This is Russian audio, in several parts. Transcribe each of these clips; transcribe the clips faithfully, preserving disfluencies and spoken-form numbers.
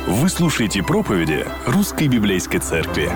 Вы слушаете проповеди Русской Библейской Церкви.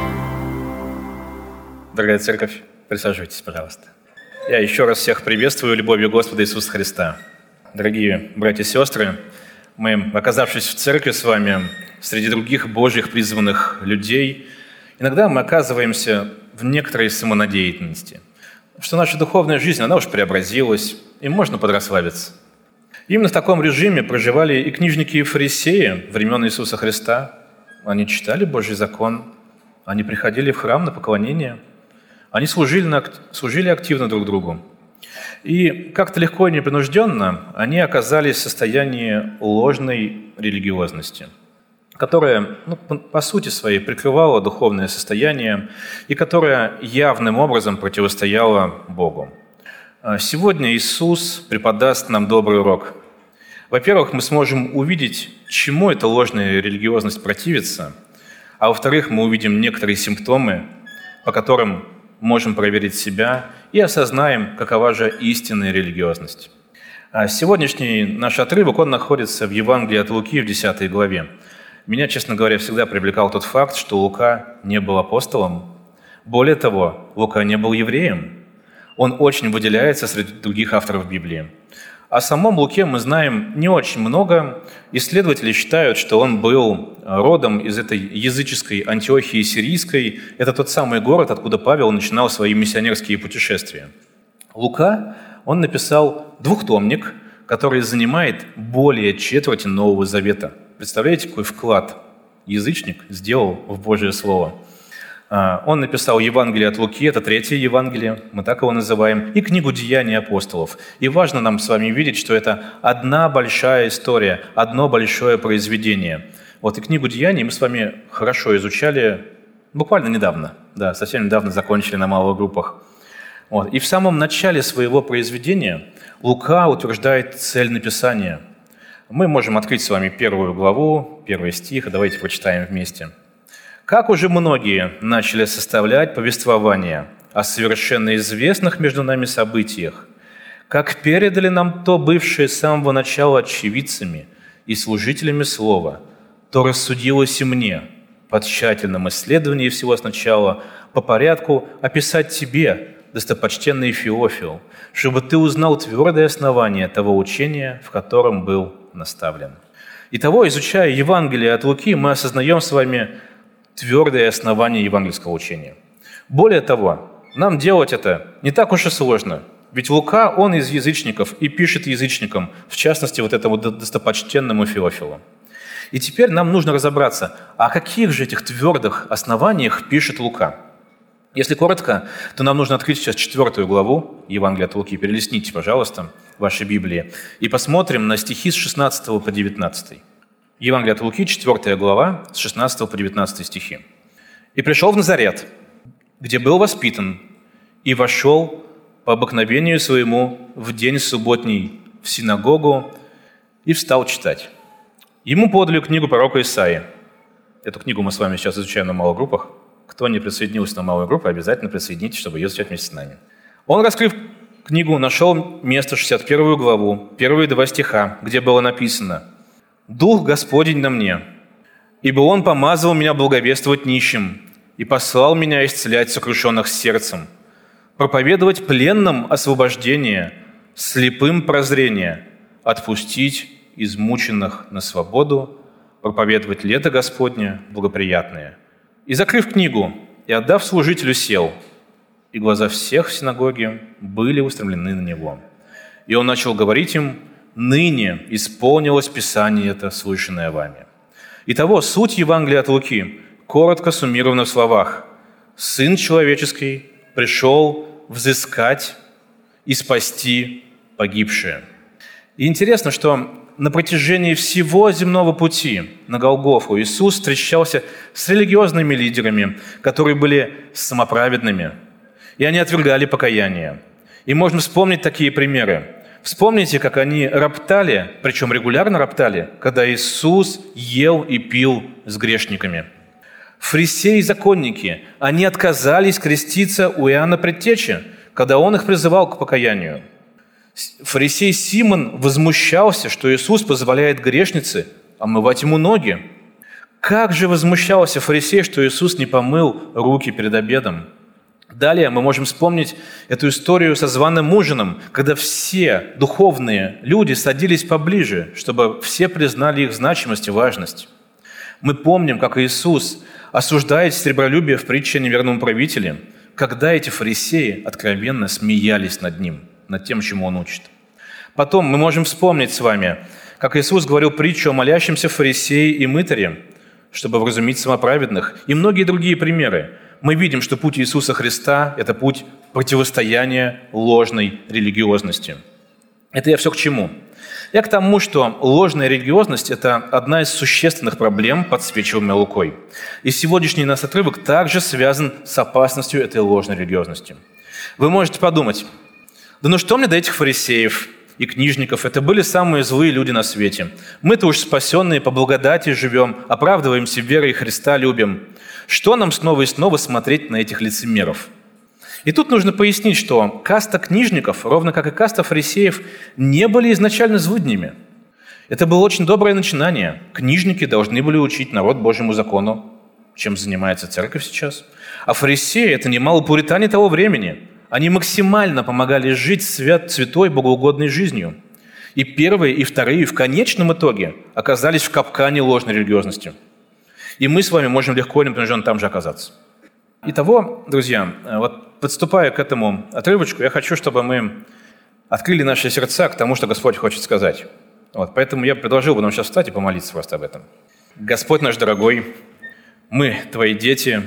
Дорогая церковь, присаживайтесь, пожалуйста. Я еще раз всех приветствую любовью Господа Иисуса Христа. Дорогие братья и сестры, мы, оказавшись в церкви с вами, среди других Божьих призванных людей, иногда мы оказываемся в некоторой самонадеятельности, что наша духовная жизнь, она уж преобразилась, и можно подрасслабиться. Именно в таком режиме проживали и книжники, и фарисеи времен Иисуса Христа. Они читали Божий закон, они приходили в храм на поклонение, они служили, на, служили активно друг другу. И как-то легко и непринужденно они оказались в состоянии ложной религиозности, которая, ну, по сути своей, прикрывала духовное состояние и которая явным образом противостояла Богу. Сегодня Иисус преподаст нам добрый урок. Во-первых, мы сможем увидеть, чему эта ложная религиозность противится, а во-вторых, мы увидим некоторые симптомы, по которым можем проверить себя и осознаем, какова же истинная религиозность. Сегодняшний наш отрывок, он находится в Евангелии от Луки в десятой главе. Меня, честно говоря, всегда привлекал тот факт, что Лука не был апостолом. Более того, Лука не был евреем. Он очень выделяется среди других авторов Библии. О самом Луке мы знаем не очень много. Исследователи считают, что он был родом из этой языческой Антиохии Сирийской. Это тот самый город, откуда Павел начинал свои миссионерские путешествия. Лука, он написал двухтомник, который занимает более четверти Нового Завета. Представляете, какой вклад язычник сделал в Божие Слово? Он написал Евангелие от Луки, это третье Евангелие, мы так его называем, и книгу «Деяний апостолов». И важно нам с вами видеть, что это одна большая история, одно большое произведение. Вот и книгу «Деяний» мы с вами хорошо изучали буквально недавно, да, совсем недавно закончили на малых группах. Вот. И в самом начале своего произведения Лука утверждает цель написания. Мы можем открыть с вами первую главу, первый стих, давайте прочитаем вместе. «Как уже многие начали составлять повествование о совершенно известных между нами событиях, как передали нам то бывшие с самого начала очевидцами и служителями слова, то рассудилось и мне по тщательном исследовании всего сначала по порядку описать тебе, достопочтенный Феофил, чтобы ты узнал твердое основание того учения, в котором был наставлен». Итого, изучая Евангелие от Луки, мы осознаем с вами твердое основание евангельского учения. Более того, нам делать это не так уж и сложно, ведь Лука, он из язычников и пишет язычникам, в частности, вот этому достопочтенному Феофилу. И теперь нам нужно разобраться, о каких же этих твердых основаниях пишет Лука. Если коротко, то нам нужно открыть сейчас четвертую главу Евангелия от Луки. Перелистните, пожалуйста, ваши Библии, и посмотрим на стихи с шестнадцатого по девятнадцатый. Евангелие от Луки, четвертая глава, с шестнадцатого по девятнадцатый стихи. «И пришел в Назарет, где был воспитан, и вошел по обыкновению своему в день субботний в синагогу и встал читать. Ему подали книгу пророка Исаии». Эту книгу мы с вами сейчас изучаем на малых группах. Кто не присоединился на малые группы, обязательно присоединитесь, чтобы ее изучать вместе с нами. Он, раскрыв книгу, нашел место, шестьдесят первую главу, первые два стиха, где было написано: «Дух Господень на мне, ибо Он помазал меня благовествовать нищим и послал меня исцелять сокрушенных сердцем, проповедовать пленным освобождение, слепым прозрение, отпустить измученных на свободу, проповедовать лето Господне благоприятное». И, закрыв книгу и отдав служителю, сел, и глаза всех в синагоге были устремлены на него. И он начал говорить им: «Ныне исполнилось Писание это, слышанное вами». Итого, суть Евангелия от Луки коротко суммирована в словах: «Сын человеческий пришел взыскать и спасти погибшие». И интересно, что на протяжении всего земного пути на Голгофу Иисус встречался с религиозными лидерами, которые были самоправедными, и они отвергали покаяние. И можно вспомнить такие примеры. Вспомните, как они роптали, причем регулярно роптали, когда Иисус ел и пил с грешниками. Фарисеи и законники, они отказались креститься у Иоанна Предтечи, когда он их призывал к покаянию. Фарисей Симон возмущался, что Иисус позволяет грешнице омывать ему ноги. Как же возмущался фарисей, что Иисус не помыл руки перед обедом. Далее мы можем вспомнить эту историю со званым ужином, когда все духовные люди садились поближе, чтобы все признали их значимость и важность. Мы помним, как Иисус осуждает сребролюбие в притче о неверном правителе, когда эти фарисеи откровенно смеялись над ним, над тем, чему он учит. Потом мы можем вспомнить с вами, как Иисус говорил притчу о молящемся фарисее и мытаре, чтобы вразумить самоправедных, и многие другие примеры. Мы видим, что путь Иисуса Христа – это путь противостояния ложной религиозности. Это я все к чему? Я к тому, что ложная религиозность – это одна из существенных проблем, подсвечиваемой Лукой. И сегодняшний наш отрывок также связан с опасностью этой ложной религиозности. Вы можете подумать, да ну что мне до этих фарисеев и книжников? Это были самые злые люди на свете. Мы-то уж спасенные по благодати живем, оправдываемся верой и Христа любим. Что нам снова и снова смотреть на этих лицемеров? И тут нужно пояснить, что каста книжников, ровно как и каста фарисеев, не были изначально злыднями. Это было очень доброе начинание. Книжники должны были учить народ Божьему закону, чем занимается церковь сейчас. А фарисеи – это немало пуритане того времени. Они максимально помогали жить свят, святой, богоугодной жизнью. И первые, и вторые в конечном итоге оказались в капкане ложной религиозности. И мы с вами можем легко и напряженно там же оказаться. Итого, друзья, вот подступая к этому отрывочку, я хочу, чтобы мы открыли наши сердца к тому, что Господь хочет сказать. Вот, поэтому я предложил бы нам сейчас встать и помолиться просто об этом. Господь наш дорогой, мы Твои дети,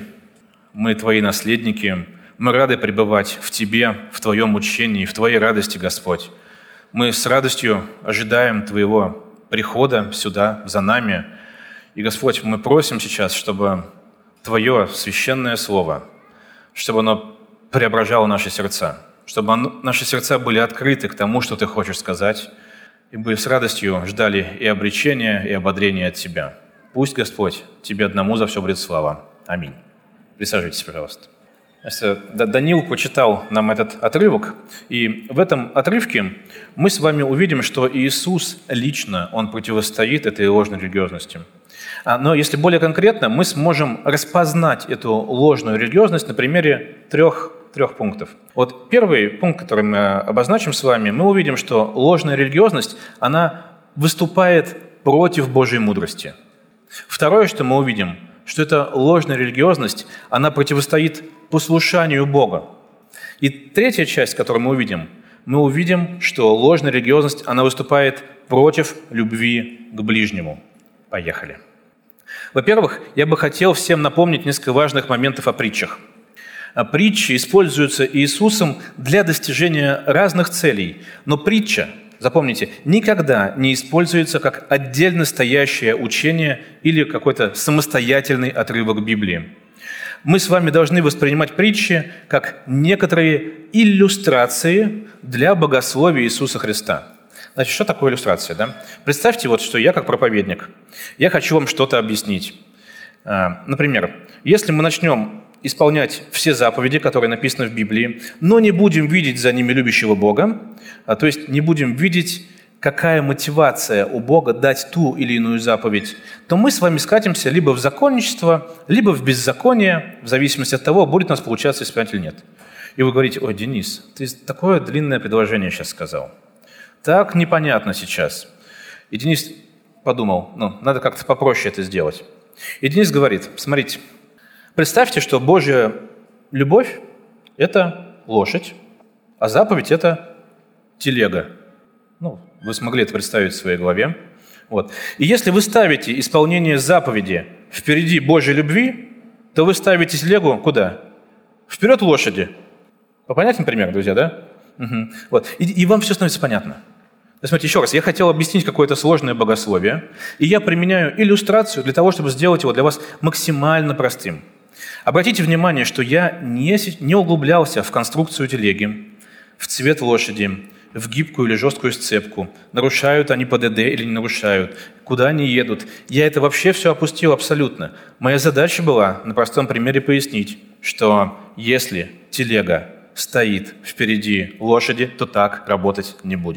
мы Твои наследники, мы рады пребывать в Тебе, в Твоем учении, в Твоей радости, Господь. Мы с радостью ожидаем Твоего прихода сюда, за нами. И, Господь, мы просим сейчас, чтобы Твое священное Слово, чтобы оно преображало наши сердца, чтобы оно, наши сердца были открыты к тому, что Ты хочешь сказать, и бы с радостью ждали и обречения, и ободрения от Тебя. Пусть, Господь, Тебе одному за все будет слава. Аминь. Присаживайтесь, пожалуйста. Даниил почитал нам этот отрывок, и в этом отрывке мы с вами увидим, что Иисус лично, Он противостоит этой ложной религиозности. Но если более конкретно, мы сможем распознать эту ложную религиозность на примере трех, трех пунктов. Вот первый пункт, который мы обозначим с вами, мы увидим, что ложная религиозность, она выступает против Божьей мудрости. Второе, что мы увидим, что эта ложная религиозность, она противостоит послушанию Бога. И третья часть, которую мы увидим, мы увидим, что ложная религиозность, она выступает против любви к ближнему. Поехали. Во-первых, я бы хотел всем напомнить несколько важных моментов о притчах. Притчи используются Иисусом для достижения разных целей, но притча, запомните, никогда не используется как отдельно стоящее учение или какой-то самостоятельный отрывок Библии. Мы с вами должны воспринимать притчи как некоторые иллюстрации для богословия Иисуса Христа. Значит, что такое иллюстрация? Да? Представьте, вот, что я как проповедник, я хочу вам что-то объяснить. Например, если мы начнем исполнять все заповеди, которые написаны в Библии, но не будем видеть за ними любящего Бога, то есть не будем видеть, какая мотивация у Бога дать ту или иную заповедь, то мы с вами скатимся либо в законничество, либо в беззаконие, в зависимости от того, будет у нас получаться исполнять или нет. И вы говорите: ой, Денис, ты такое длинное предложение сейчас сказал. Так непонятно сейчас. И Денис подумал, ну, надо как-то попроще это сделать. И Денис говорит: смотрите, представьте, что Божья любовь – это лошадь, а заповедь – это телега. Ну, вы смогли это представить в своей голове. Вот. И если вы ставите исполнение заповеди впереди Божьей любви, то вы ставите телегу куда? Вперед лошади. Понятен пример, друзья, да? Угу. Вот. И, и вам все становится понятно. Смотрите, еще раз, я хотел объяснить какое-то сложное богословие, и я применяю иллюстрацию для того, чтобы сделать его для вас максимально простым. Обратите внимание, что я не, не углублялся в конструкцию телеги, в цвет лошади, в гибкую или жесткую сцепку, нарушают они ПДД или не нарушают, куда они едут. Я это вообще все опустил абсолютно. Моя задача была на простом примере пояснить, что если телега стоит впереди лошади, то так работать не будет.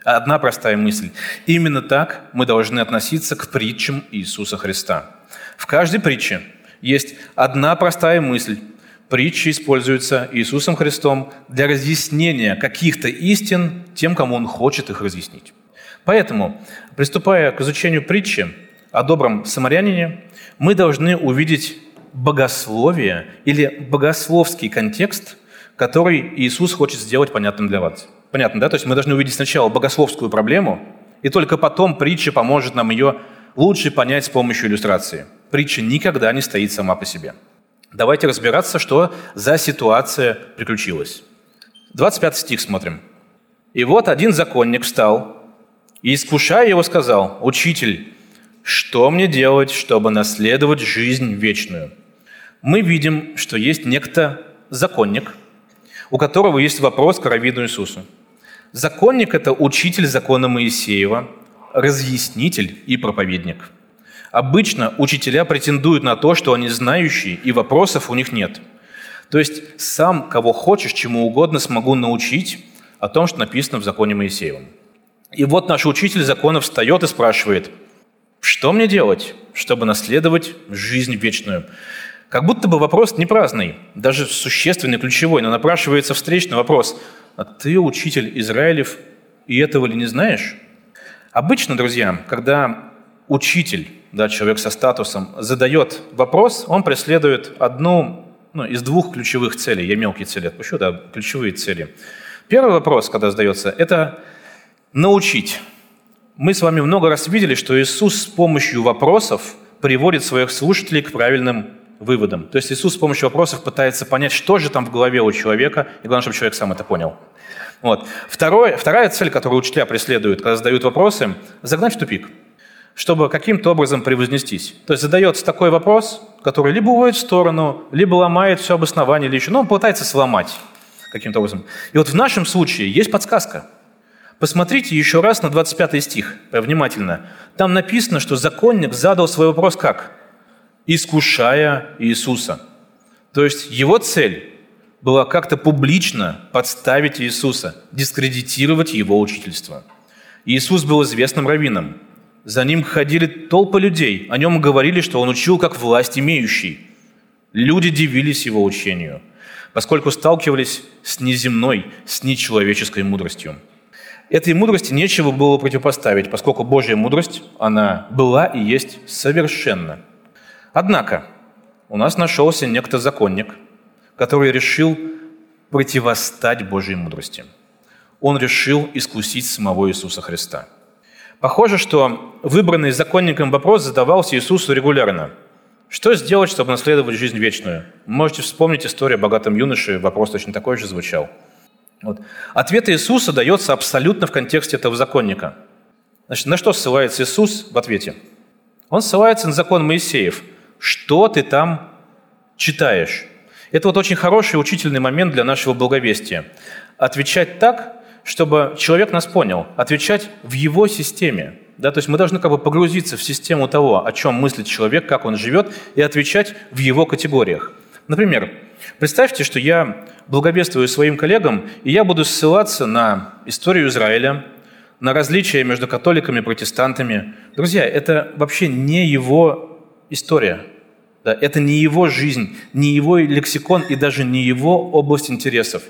Одна простая мысль. Именно так мы должны относиться к притчам Иисуса Христа. В каждой притче есть одна простая мысль. Притчи используются Иисусом Христом для разъяснения каких-то истин тем, кому Он хочет их разъяснить. Поэтому, приступая к изучению притчи о добром самарянине, мы должны увидеть богословие или богословский контекст, который Иисус хочет сделать понятным для вас. Понятно, да? То есть мы должны увидеть сначала богословскую проблему, и только потом притча поможет нам ее лучше понять с помощью иллюстрации. Притча никогда не стоит сама по себе. Давайте разбираться, что за ситуация приключилась. двадцать пятый стих смотрим. «И вот один законник встал, и, искушая его, сказал: „Учитель, что мне делать, чтобы наследовать жизнь вечную?“ Мы видим, что есть некто законник, у которого есть вопрос к раввину Иисусу. Законник – это учитель закона Моисеева, разъяснитель и проповедник. Обычно учителя претендуют на то, что они знающие, и вопросов у них нет. То есть сам, кого хочешь, чему угодно смогу научить о том, что написано в законе Моисеевом. И вот наш учитель закона встает и спрашивает: «Что мне делать, чтобы наследовать жизнь вечную?“ Как будто бы вопрос не праздный, даже существенный, ключевой, но напрашивается встречный вопрос: «А ты учитель Израилев, и этого ли не знаешь?» Обычно, друзья, когда учитель, да, человек со статусом, задает вопрос, он преследует одну ну, из двух ключевых целей. Я мелкие цели отпущу, да, ключевые цели. Первый вопрос, когда задается, это научить. Мы с вами много раз видели, что Иисус с помощью вопросов приводит своих слушателей к правильным выводам. То есть Иисус с помощью вопросов пытается понять, что же там в голове у человека, и главное, чтобы человек сам это понял. Вот. Второе, вторая цель, которую учителя преследуют, когда задают вопросы – загнать в тупик, чтобы каким-то образом превознестись. То есть задается такой вопрос, который либо уводит в сторону, либо ломает все обоснование, или еще, но он пытается сломать каким-то образом. И вот в нашем случае есть подсказка. Посмотрите еще раз на двадцать пятый стих, внимательно. Там написано, что законник задал свой вопрос как? Искушая Иисуса. То есть его цель была как-то публично подставить Иисуса, дискредитировать его учительство. Иисус был известным раввином. За ним ходили толпы людей. О нем говорили, что он учил как власть имеющий. Люди дивились его учению, поскольку сталкивались с неземной, с нечеловеческой мудростью. Этой мудрости нечего было противопоставить, поскольку Божья мудрость, она была и есть совершенна. Однако у нас нашелся некто законник, который решил противостать Божьей мудрости. Он решил искусить самого Иисуса Христа. Похоже, что выбранный законником вопрос задавался Иисусу регулярно. Что сделать, чтобы наследовать жизнь вечную? Можете вспомнить историю о богатом юноше, вопрос точно такой же звучал. Вот. Ответ Иисуса дается абсолютно в контексте этого законника. Значит, на что ссылается Иисус в ответе? Он ссылается на закон Моисеев. Что ты там читаешь? Это вот очень хороший учительный момент для нашего благовестия. Отвечать так, чтобы человек нас понял, отвечать в его системе. Да? То есть мы должны как бы погрузиться в систему того, о чем мыслит человек, как он живет, и отвечать в его категориях. Например, представьте, что я благовествую своим коллегам, и я буду ссылаться на историю Израиля, на различия между католиками и протестантами. Друзья, это вообще не его история. Да? Это не его жизнь, не его лексикон и даже не его область интересов.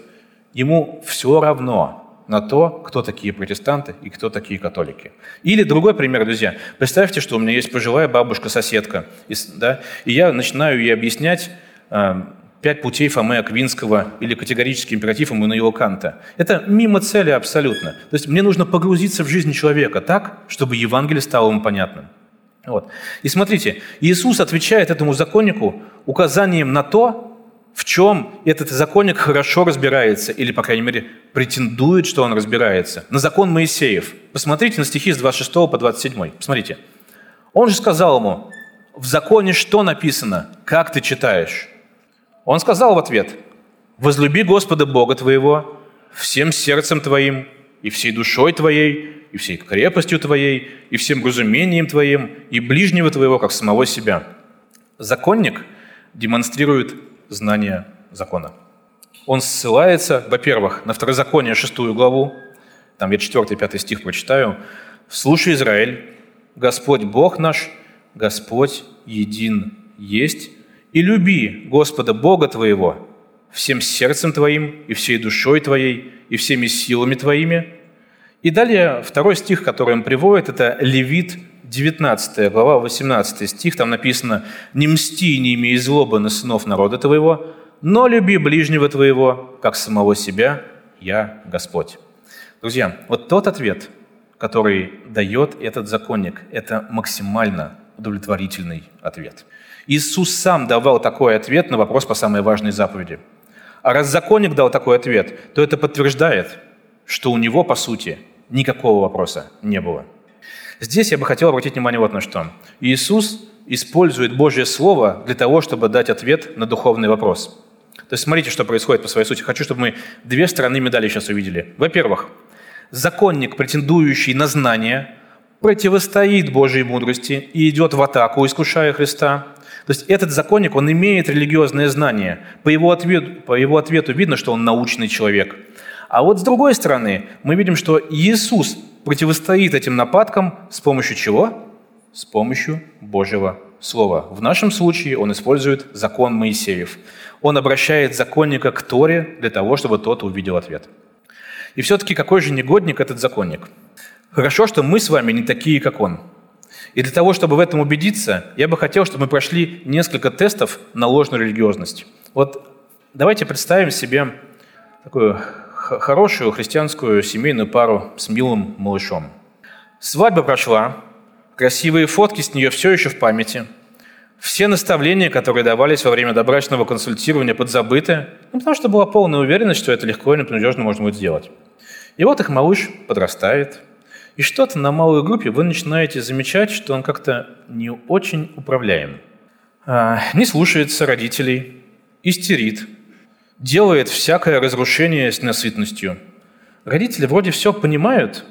Ему все равно на то, кто такие протестанты и кто такие католики. Или другой пример, друзья. Представьте, что у меня есть пожилая бабушка-соседка, и, да, и я начинаю ей объяснять э, пять путей Фомы Аквинского или категорический императив Иммануила Канта. Это мимо цели абсолютно. То есть мне нужно погрузиться в жизнь человека так, чтобы Евангелие стало ему понятным. Вот. И смотрите, Иисус отвечает этому законнику указанием на то, в чем этот законник хорошо разбирается, или, по крайней мере, претендует, что он разбирается. На закон Моисеев. Посмотрите на стихи с двадцать шестого по двадцать седьмой. Посмотрите. Он же сказал ему: в законе что написано? Как ты читаешь? Он сказал в ответ: возлюби Господа Бога твоего всем сердцем твоим, и всей душой твоей, и всей крепостью твоей, и всем разумением твоим, и ближнего твоего, как самого себя. Законник демонстрирует знание закона. Он ссылается, во-первых, на Второзаконие, шестую главу. Там я четвёртый, пятый стих прочитаю. «Слушай, Израиль, Господь Бог наш, Господь един есть, и люби Господа Бога твоего всем сердцем твоим, и всей душой твоей, и всеми силами твоими». И далее второй стих, который он приводит, это Левит, девятнадцатая глава, восемнадцатый стих. Там написано: «Не мсти, не имей злобы на сынов народа твоего, но люби ближнего твоего, как самого себя, я Господь». Друзья, вот тот ответ, который дает этот законник, это максимально удовлетворительный ответ. Иисус сам давал такой ответ на вопрос по самой важной заповеди. А раз законник дал такой ответ, то это подтверждает, что у него, по сути, никакого вопроса не было. Здесь я бы хотел обратить внимание вот на что. Иисус использует Божье Слово для того, чтобы дать ответ на духовный вопрос. То есть смотрите, что происходит по своей сути. Хочу, чтобы мы две стороны медали сейчас увидели. Во-первых, законник, претендующий на знание, противостоит Божьей мудрости и идет в атаку, искушая Христа. То есть этот законник, он имеет религиозное знание. По его ответу, по его ответу видно, что он научный человек. А вот с другой стороны, мы видим, что Иисус противостоит этим нападкам с помощью чего? С помощью Божьего Слова. В нашем случае он использует закон Моисеев. Он обращает законника к Торе для того, чтобы тот увидел ответ. И все-таки какой же негодник этот законник? Хорошо, что мы с вами не такие, как он. И для того, чтобы в этом убедиться, я бы хотел, чтобы мы прошли несколько тестов на ложную религиозность. Вот давайте представим себе такую хорошую христианскую семейную пару с милым малышом. Свадьба прошла, красивые фотки с нее все еще в памяти. Все наставления, которые давались во время добрачного консультирования, подзабыты, ну, потому что была полная уверенность, что это легко и непринужденно можно будет сделать. И вот их малыш подрастает, и что-то на малой группе вы начинаете замечать, что он как-то не очень управляем. Не слушается родителей, истерит, делает всякое разрушение с ненасытностью. Родители вроде все понимают,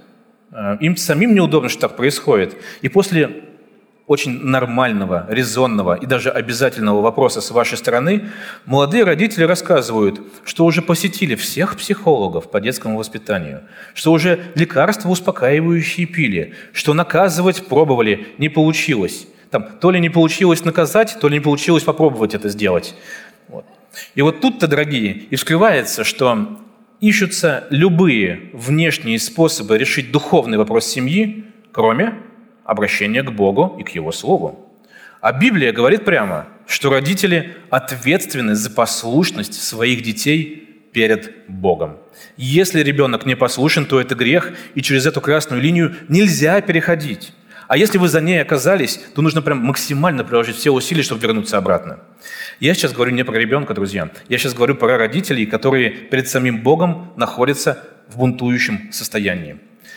им самим неудобно, что так происходит. И после очень нормального, резонного и даже обязательного вопроса с вашей стороны молодые родители рассказывают, что уже посетили всех психологов по детскому воспитанию, что уже лекарства успокаивающие пили, что наказывать пробовали, не получилось. Там, то ли не получилось наказать, то ли не получилось попробовать это сделать. Вот. И вот тут-то, дорогие, и вскрывается, что ищутся любые внешние способы решить духовный вопрос семьи, кроме обращения к Богу и к Его Слову. А Библия говорит прямо, что родители ответственны за послушность своих детей перед Богом. Если ребенок не послушен, то это грех, и через эту красную линию нельзя переходить. А если вы за ней оказались, то нужно прям максимально приложить все усилия, чтобы вернуться обратно. Я сейчас говорю не про ребенка, друзья. Я сейчас говорю про родителей, которые перед самим Богом находятся в бунтующем состоянии.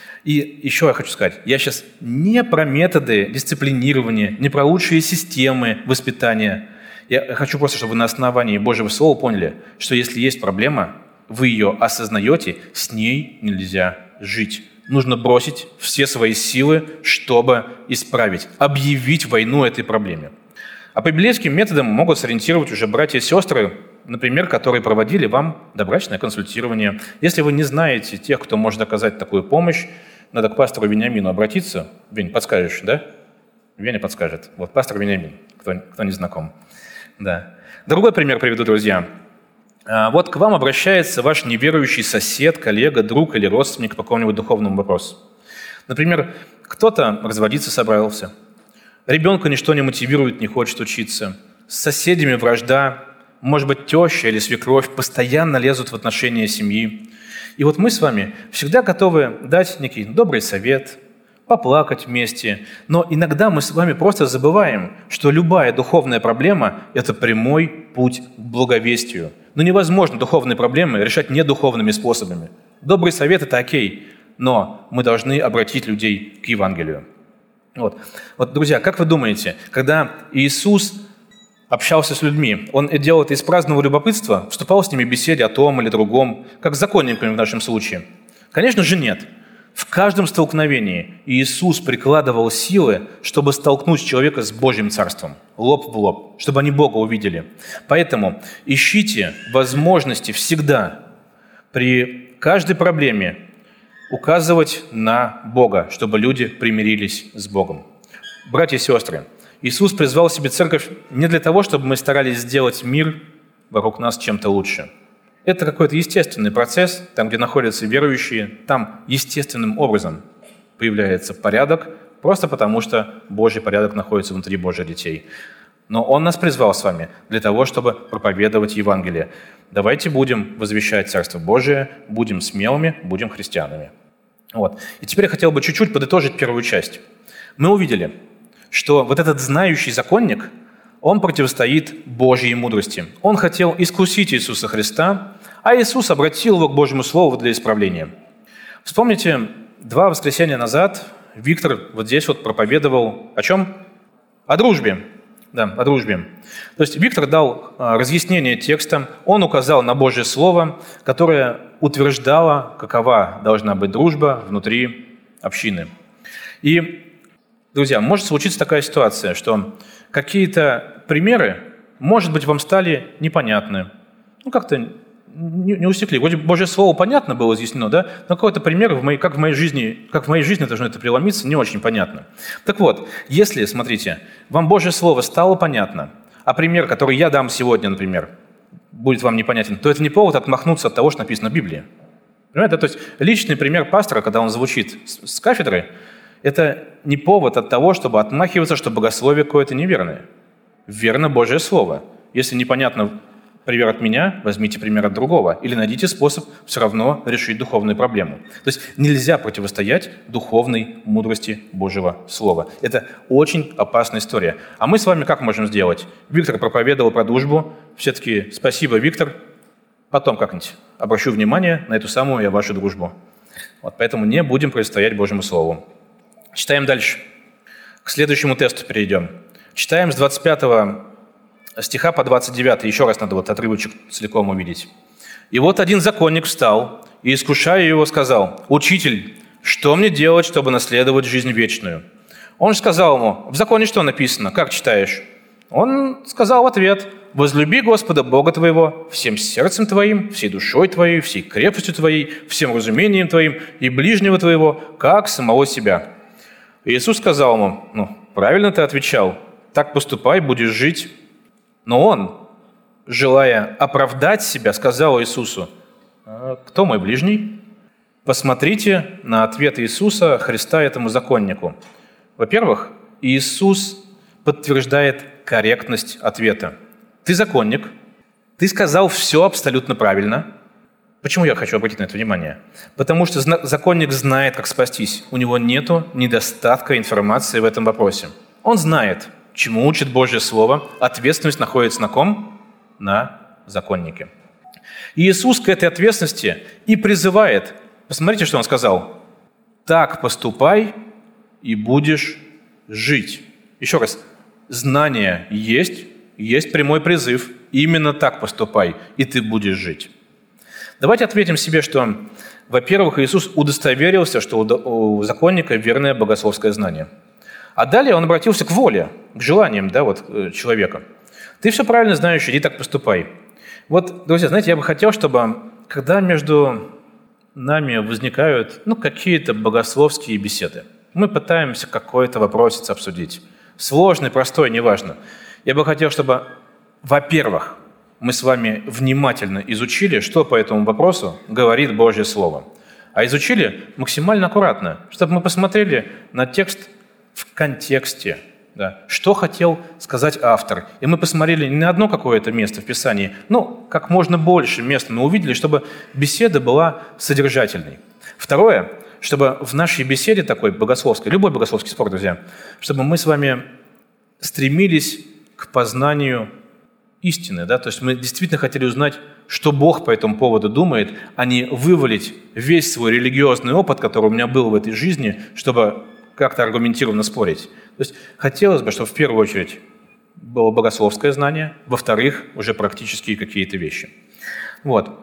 И еще я хочу сказать, я сейчас не про методы дисциплинирования, не про лучшие системы воспитания. Я хочу просто, чтобы вы на основании Божьего Слова поняли, что если есть проблема, вы ее осознаете, с ней нельзя жить. Нужно бросить все свои силы, чтобы исправить, объявить войну этой проблеме. А по библейским методам могут сориентировать уже братья и сестры, например, которые проводили вам добрачное консультирование. Если вы не знаете тех, кто может оказать такую помощь, надо к пастору Вениамину обратиться. Вень, подскажешь, да? Веня подскажет. Вот пастор Вениамин, кто, кто не знаком. Да. Другой пример приведу, друзья. Вот к вам обращается ваш неверующий сосед, коллега, друг или родственник по какому-нибудь духовному вопросу. Например, кто-то разводиться собрался, ребенка ничто не мотивирует, не хочет учиться, с соседями вражда, может быть, теща или свекровь постоянно лезут в отношения семьи. И вот мы с вами всегда готовы дать некий добрый совет, поплакать вместе, но иногда мы с вами просто забываем, что любая духовная проблема – это прямой путь к благовестию. Но невозможно духовные проблемы решать недуховными способами. Добрый совет – это окей, но мы должны обратить людей к Евангелию. Вот. Вот, друзья, как вы думаете, когда Иисус общался с людьми, он делал это из праздного любопытства, вступал с ними в беседе о том или другом, как с законниками в нашем случае? Конечно же, нет. В каждом столкновении Иисус прикладывал силы, чтобы столкнуть человека с Божьим Царством, лоб в лоб, чтобы они Бога увидели. Поэтому ищите возможности всегда при каждой проблеме указывать на Бога, чтобы люди примирились с Богом. Братья и сестры, Иисус призвал себе церковь не для того, чтобы мы старались сделать мир вокруг нас чем-то лучше. Это какой-то естественный процесс, там, где находятся верующие, там естественным образом появляется порядок, просто потому что Божий порядок находится внутри Божьих детей. Но Он нас призвал с вами для того, чтобы проповедовать Евангелие. Давайте будем возвещать Царство Божие, будем смелыми, будем христианами. Вот. И теперь я хотел бы чуть-чуть подытожить первую часть. Мы увидели, что вот этот знающий законник, он противостоит Божьей мудрости. Он хотел искусить Иисуса Христа, а Иисус обратил его к Божьему Слову для исправления. Вспомните, два воскресенья назад Виктор вот здесь вот проповедовал о чем? О дружбе. Да, о дружбе. То есть Виктор дал разъяснение текста, он указал на Божье Слово, которое утверждало, какова должна быть дружба внутри общины. И, друзья, может случиться такая ситуация, что какие-то примеры, может быть, вам стали непонятны, ну, как-то не, не усекли. Вроде Божье Слово понятно было изъяснено, да, но какой-то пример, в моей, как, в моей жизни, как в моей жизни должно это преломиться, не очень понятно. Так вот, если, смотрите, вам Божье Слово стало понятно, а пример, который я дам сегодня, например, будет вам непонятен, то это не повод отмахнуться от того, что написано в Библии. Понимаете? То есть личный пример пастора, когда он звучит с кафедры, это не повод от того, чтобы отмахиваться, что богословие какое-то неверное. Верно Божье Слово. Если непонятно пример от меня, возьмите пример от другого. Или найдите способ все равно решить духовную проблему. То есть нельзя противостоять духовной мудрости Божьего Слова. Это очень опасная история. А мы с вами как можем сделать? Виктор проповедовал про дружбу. Все-таки спасибо, Виктор. Потом как-нибудь обращу внимание на эту самую я вашу дружбу. Вот, поэтому не будем противостоять Божьему Слову. Читаем дальше. К следующему тесту перейдем. Читаем с двадцать пятого стиха по двадцать девятый. Еще раз надо вот отрывочек целиком увидеть. «И вот один законник встал и, искушая его, сказал: „Учитель, что мне делать, чтобы наследовать жизнь вечную?“ Он же сказал ему: „В законе что написано? Как читаешь?“ Он сказал в ответ: „Возлюби Господа Бога твоего всем сердцем твоим, всей душой твоей, всей крепостью твоей, всем разумением твоим и ближнего твоего, как самого себя“. И Иисус сказал ему: „Ну, правильно ты отвечал, так поступай, будешь жить“. Но он, желая оправдать себя, сказал Иисусу: „Кто мой ближний?“ Посмотрите на ответ Иисуса Христа этому законнику. Во-первых, Иисус подтверждает корректность ответа. Ты законник, ты сказал все абсолютно правильно. Почему я хочу обратить на это внимание? Потому что законник знает, как спастись. У него нет недостатка информации в этом вопросе. Он знает, чему учит Божье Слово. Ответственность находится на ком? На законнике. И Иисус к этой ответственности и призывает. Посмотрите, что Он сказал. «Так поступай, и будешь жить». Еще раз. Знание есть, есть прямой призыв. Именно так поступай, и ты будешь жить. Давайте ответим себе, что, во-первых, Иисус удостоверился, что у законника верное богословское знание. А далее он обратился к воле, к желаниям, да, вот, человека. Ты все правильно знаешь, иди так поступай. Вот, друзья, знаете, я бы хотел, чтобы, когда между нами возникают ну, какие-то богословские беседы, мы пытаемся какой-то вопросец обсудить. Сложный, простой, неважно. Я бы хотел, чтобы, во-первых, мы с вами внимательно изучили, что по этому вопросу говорит Божье Слово. А изучили максимально аккуратно, чтобы мы посмотрели на текст в контексте, да, что хотел сказать автор. И мы посмотрели не на одно какое-то место в Писании, но как можно больше мест мы увидели, чтобы беседа была содержательной. Второе, чтобы в нашей беседе такой богословской, любой богословский спор, друзья, чтобы мы с вами стремились к познанию истины, да, то есть мы действительно хотели узнать, что Бог по этому поводу думает, а не вывалить весь свой религиозный опыт, который у меня был в этой жизни, чтобы как-то аргументированно спорить. То есть хотелось бы, чтобы в первую очередь было богословское знание, во-вторых, уже практические какие-то вещи. Вот.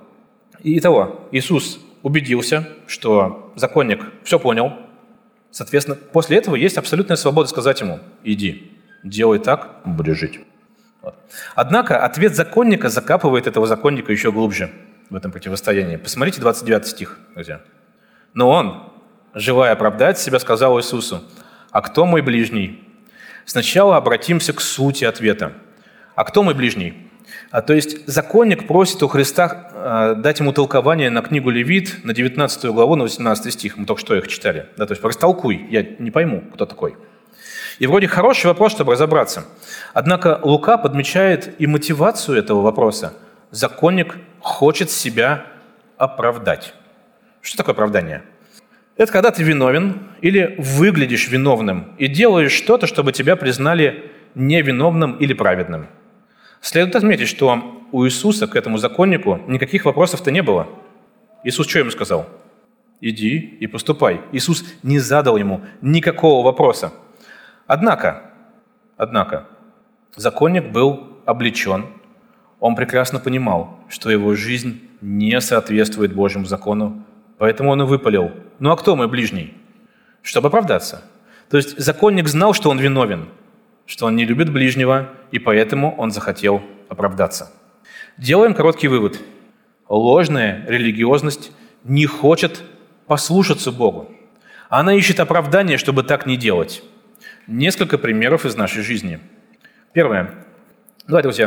Итого, Иисус убедился, что законник все понял. Соответственно, после этого есть абсолютная свобода сказать ему: иди, делай так, будешь жить. Вот. Однако ответ законника закапывает этого законника еще глубже в этом противостоянии. Посмотрите двадцать девятый стих, друзья. Но он, желая оправдать себя, сказал Иисусу: «А кто мой ближний?» Сначала обратимся к сути ответа. А кто мой ближний? А, то есть законник просит у Христа э, дать ему толкование на книгу Левит, на девятнадцатую главу, на восемнадцатый стих. Мы только что их читали. Да, то есть растолкуй, я не пойму, кто такой. И вроде хороший вопрос, чтобы разобраться. Однако Лука подмечает и мотивацию этого вопроса. Законник хочет себя оправдать. Что такое оправдание? Это когда ты виновен или выглядишь виновным и делаешь что-то, чтобы тебя признали невиновным или праведным. Следует отметить, что у Иисуса к этому законнику никаких вопросов-то не было. Иисус что ему сказал? Иди и поступай. Иисус не задал ему никакого вопроса. Однако, однако, законник был облечен. Он прекрасно понимал, что его жизнь не соответствует Божьему закону, поэтому он и выпалил: «Ну а кто мой ближний?» Чтобы оправдаться. То есть законник знал, что он виновен, что он не любит ближнего, и поэтому он захотел оправдаться. Делаем короткий вывод. Ложная религиозность не хочет послушаться Богу. Она ищет оправдание, чтобы так не делать. Несколько примеров из нашей жизни. Первое. Давайте, друзья.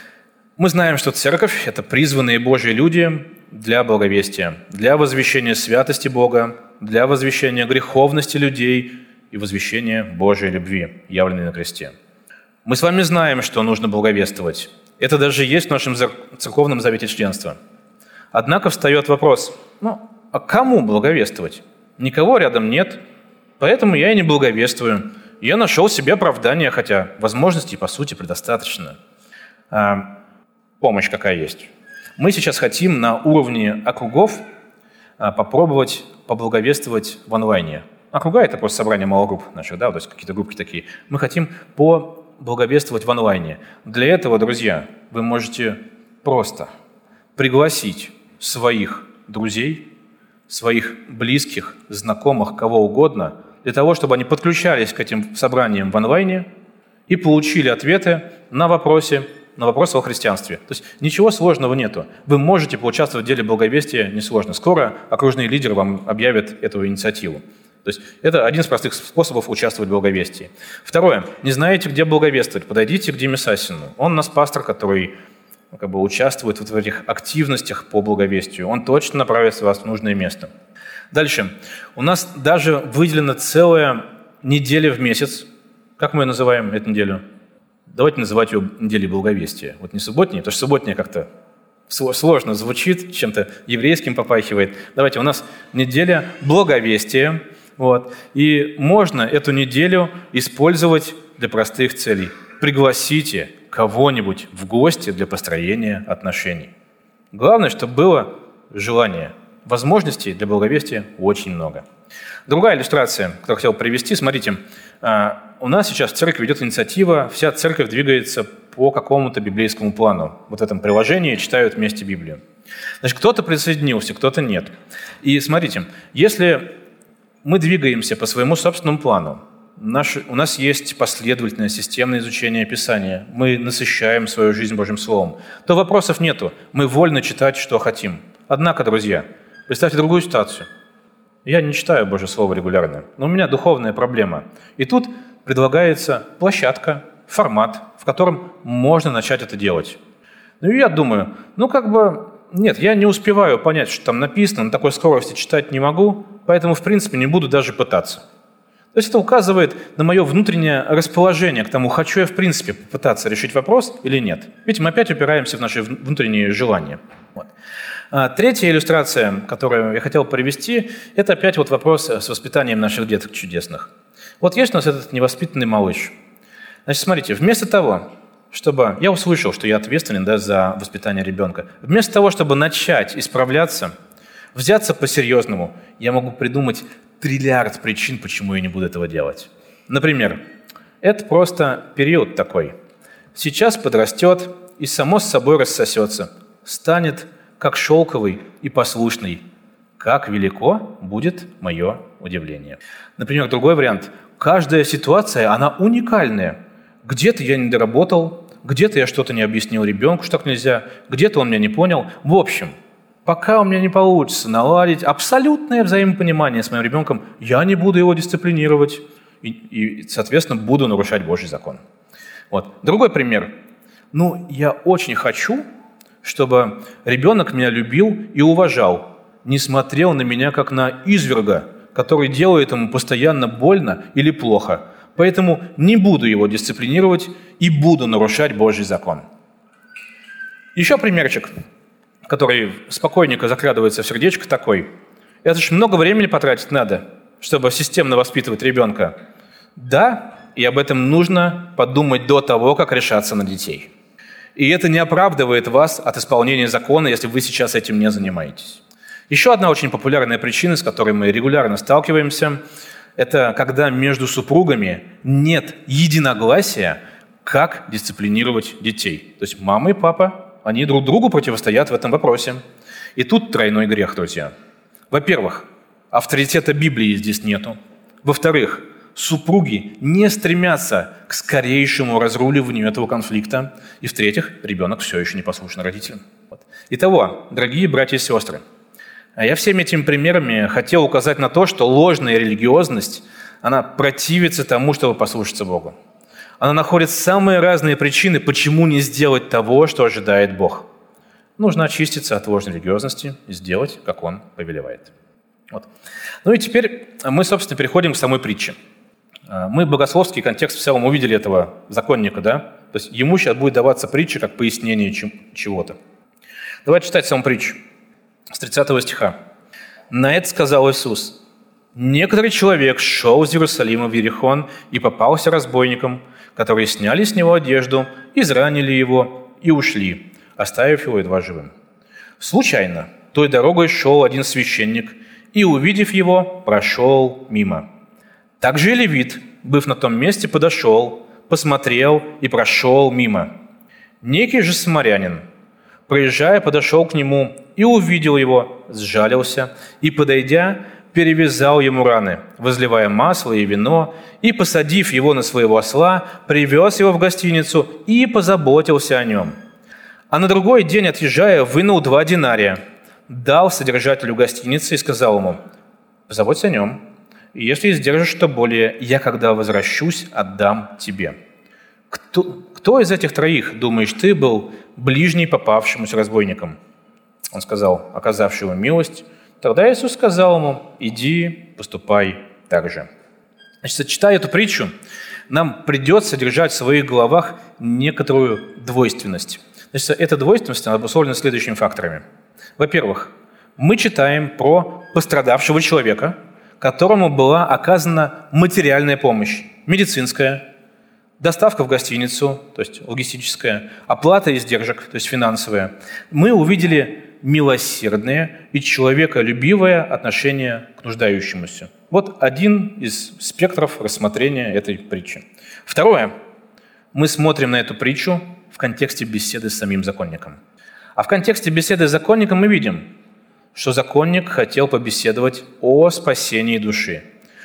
Мы знаем, что церковь – это призванные Божьи люди для благовестия, для возвещения святости Бога, для возвещения греховности людей и возвещения Божьей любви, явленной на кресте. Мы с вами знаем, что нужно благовествовать. Это даже есть в нашем церковном завете членства. Однако встает вопрос: ну, а кому благовествовать? Никого рядом нет, поэтому я и не благовествую. Я нашел себе оправдание, хотя возможностей, по сути, предостаточно. А, помощь какая есть. Мы сейчас хотим на уровне округов а, попробовать поблаговествовать в онлайне. Округа – это просто собрание малогрупп наших, да, то есть какие-то группки такие. Мы хотим поблаговествовать в онлайне. Для этого, друзья, вы можете просто пригласить своих друзей, своих близких, знакомых, кого угодно, для того, чтобы они подключались к этим собраниям в онлайне и получили ответы на вопросы, на вопросы о христианстве. То есть ничего сложного нету. Вы можете поучаствовать в деле благовестия несложно. Скоро окружные лидеры вам объявят эту инициативу. То есть это один из простых способов участвовать в благовестии. Второе. Не знаете, где благовествовать? Подойдите к Диме Сасину. Он у нас пастор, который ну, как бы участвует вот в этих активностях по благовестию. Он точно направит вас в нужное место. Дальше. У нас даже выделена целая неделя в месяц. Как мы ее называем, эту неделю? Давайте называть ее неделей благовестия. Вот не субботней, потому что субботняя как-то сложно звучит, чем-то еврейским попахивает. Давайте, у нас неделя благовестия. Вот. И можно эту неделю использовать для простых целей. Пригласите кого-нибудь в гости для построения отношений. Главное, чтобы было желание. Возможностей для благовестия очень много. Другая иллюстрация, которую хотел привести, смотрите, у нас сейчас в церкви идет инициатива, вся церковь двигается по какому-то библейскому плану. Вот в этом приложении читают вместе Библию. Значит, кто-то присоединился, кто-то нет. И смотрите, если мы двигаемся по своему собственному плану, наш, у нас есть последовательное системное изучение Писания, мы насыщаем свою жизнь Божьим Словом, то вопросов нету, мы вольны читать, что хотим. Однако, друзья, представьте другую ситуацию. Я не читаю Божье Слово регулярно, но у меня духовная проблема. И тут предлагается площадка, формат, в котором можно начать это делать. Ну и я думаю, ну как бы, нет, я не успеваю понять, что там написано, на такой скорости читать не могу, поэтому, в принципе, не буду даже пытаться. То есть это указывает на мое внутреннее расположение к тому, хочу я, в принципе, попытаться решить вопрос или нет. Ведь мы опять упираемся в наши внутренние желания. Вот. А третья иллюстрация, которую я хотел привести, это опять вот вопрос с воспитанием наших деток чудесных. Вот есть у нас этот невоспитанный малыш. Значит, смотрите, вместо того, чтобы... Я услышал, что я ответственен, да, за воспитание ребенка. Вместо того, чтобы начать исправляться, взяться по-серьезному, я могу придумать триллиард причин, почему я не буду этого делать. Например, это просто период такой. Сейчас подрастет и само с собой рассосется, станет как шелковый и послушный. Как велико будет мое удивление. Например, другой вариант. Каждая ситуация, она уникальная. Где-то я не доработал, где-то я что-то не объяснил ребенку, что так нельзя, где-то он меня не понял. В общем, пока у меня не получится наладить абсолютное взаимопонимание с моим ребенком, я не буду его дисциплинировать и, и соответственно, буду нарушать Божий закон. Вот. Другой пример. Ну, я очень хочу, чтобы ребенок меня любил и уважал, не смотрел на меня как на изверга, который делает ему постоянно больно или плохо. Поэтому не буду его дисциплинировать и буду нарушать Божий закон. Еще примерчик, который спокойненько закрадывается в сердечко такой. Это же много времени потратить надо, чтобы системно воспитывать ребенка. Да, и об этом нужно подумать до того, как решаться на детей. И это не оправдывает вас от исполнения закона, если вы сейчас этим не занимаетесь. Еще одна очень популярная причина, с которой мы регулярно сталкиваемся, это когда между супругами нет единогласия, как дисциплинировать детей. То есть мама и папа, они друг другу противостоят в этом вопросе. И тут тройной грех, друзья. Во-первых, авторитета Библии здесь нету. Во-вторых, супруги не стремятся к скорейшему разруливанию этого конфликта. И в-третьих, ребенок все еще не послушен родителям. Вот. Итого, дорогие братья и сестры, я всеми этими примерами хотел указать на то, что ложная религиозность, она противится тому, чтобы послушаться Богу. Она находит самые разные причины, почему не сделать того, что ожидает Бог. Нужно очиститься от ложной религиозности и сделать, как Он повелевает. Вот. Ну и теперь мы, собственно, переходим к самой притче. Мы богословский контекст в целом увидели этого законника, да? То есть ему сейчас будет даваться притча как пояснение чего-то. Давайте читать саму притчу. С тридцатого стиха. «На это сказал Иисус: некоторый человек шел из Иерусалима в Иерихон и попался разбойникам, которые сняли с него одежду, изранили его и ушли, оставив его едва живым. Случайно той дорогой шел один священник и, увидев его, прошел мимо. Также и левит, быв на том месте, подошел, посмотрел и прошел мимо. Некий же самарянин, проезжая, подошел к нему и увидел его, сжалился и, подойдя, перевязал ему раны, возливая масло и вино, и, посадив его на своего осла, привез его в гостиницу и позаботился о нем. А на другой день, отъезжая, вынул два динария, дал содержателю гостиницы и сказал ему: позаботься о нем, и если издержишь что более, я, когда возвращусь, отдам тебе. Кто, кто из этих троих, думаешь, ты был ближний попавшемуся разбойникам? Он сказал: оказавший ему милость. Тогда Иисус сказал ему: иди, поступай так же. Значит, читая эту притчу, нам придется держать в своих головах некоторую двойственность. Значит, эта двойственность обусловлена следующими факторами. Во-первых, мы читаем про пострадавшего человека, которому была оказана материальная помощь, медицинская, доставка в гостиницу, то есть логистическая, оплата издержек, то есть финансовая. Мы увидели милосердное и человеколюбивое отношение к нуждающемуся. Вот один из спектров рассмотрения этой притчи. Второе. Мы смотрим на эту притчу в контексте беседы с самим законником. А в контексте беседы с законником мы видим, что законник хотел побеседовать о спасении души.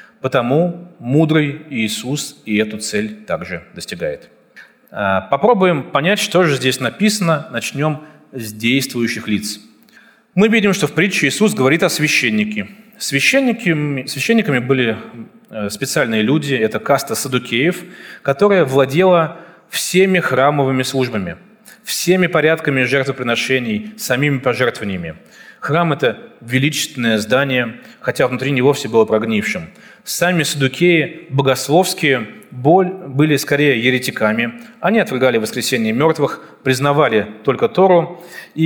Потому мудрый Иисус и эту цель также достигает. Попробуем понять, что же здесь написано. Начнем с действующих лиц. Мы видим, что в притче Иисус говорит о священнике. Священниками, священниками были специальные люди, это каста саддукеев, которая владела всеми храмовыми службами, всеми порядками жертвоприношений, самими пожертвованиями. Храм – это величественное здание, хотя внутри него все было прогнившим. Сами саддукеи, богословские, были скорее еретиками. Они отвергали воскресение мертвых, признавали только Тору.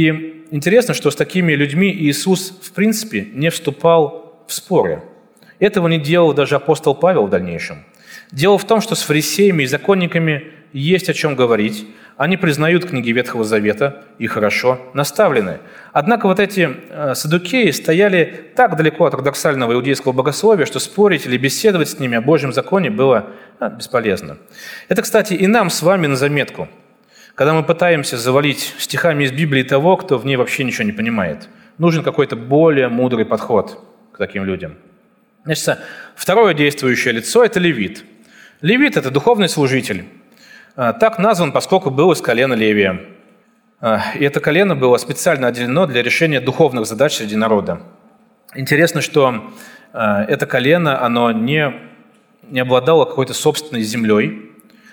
И интересно, что с такими людьми Иисус, в принципе, не вступал в споры. Этого не делал даже апостол Павел в дальнейшем. Дело в том, что с фарисеями и законниками есть о чем говорить. Они признают книги Ветхого Завета и хорошо наставлены. Однако вот эти саддукеи стояли так далеко от ортодоксального иудейского богословия, что спорить или беседовать с ними о Божьем законе было а, бесполезно. Это, кстати, и нам с вами на заметку, когда мы пытаемся завалить стихами из Библии того, кто в ней вообще ничего не понимает. Нужен какой-то более мудрый подход к таким людям. Значит, второе действующее лицо – это левит. Левит – это духовный служитель. Так назван, поскольку был из колена Левия. И это колено было специально отделено для решения духовных задач среди народа. Интересно, что это колено, оно не, не обладало какой-то собственной землей,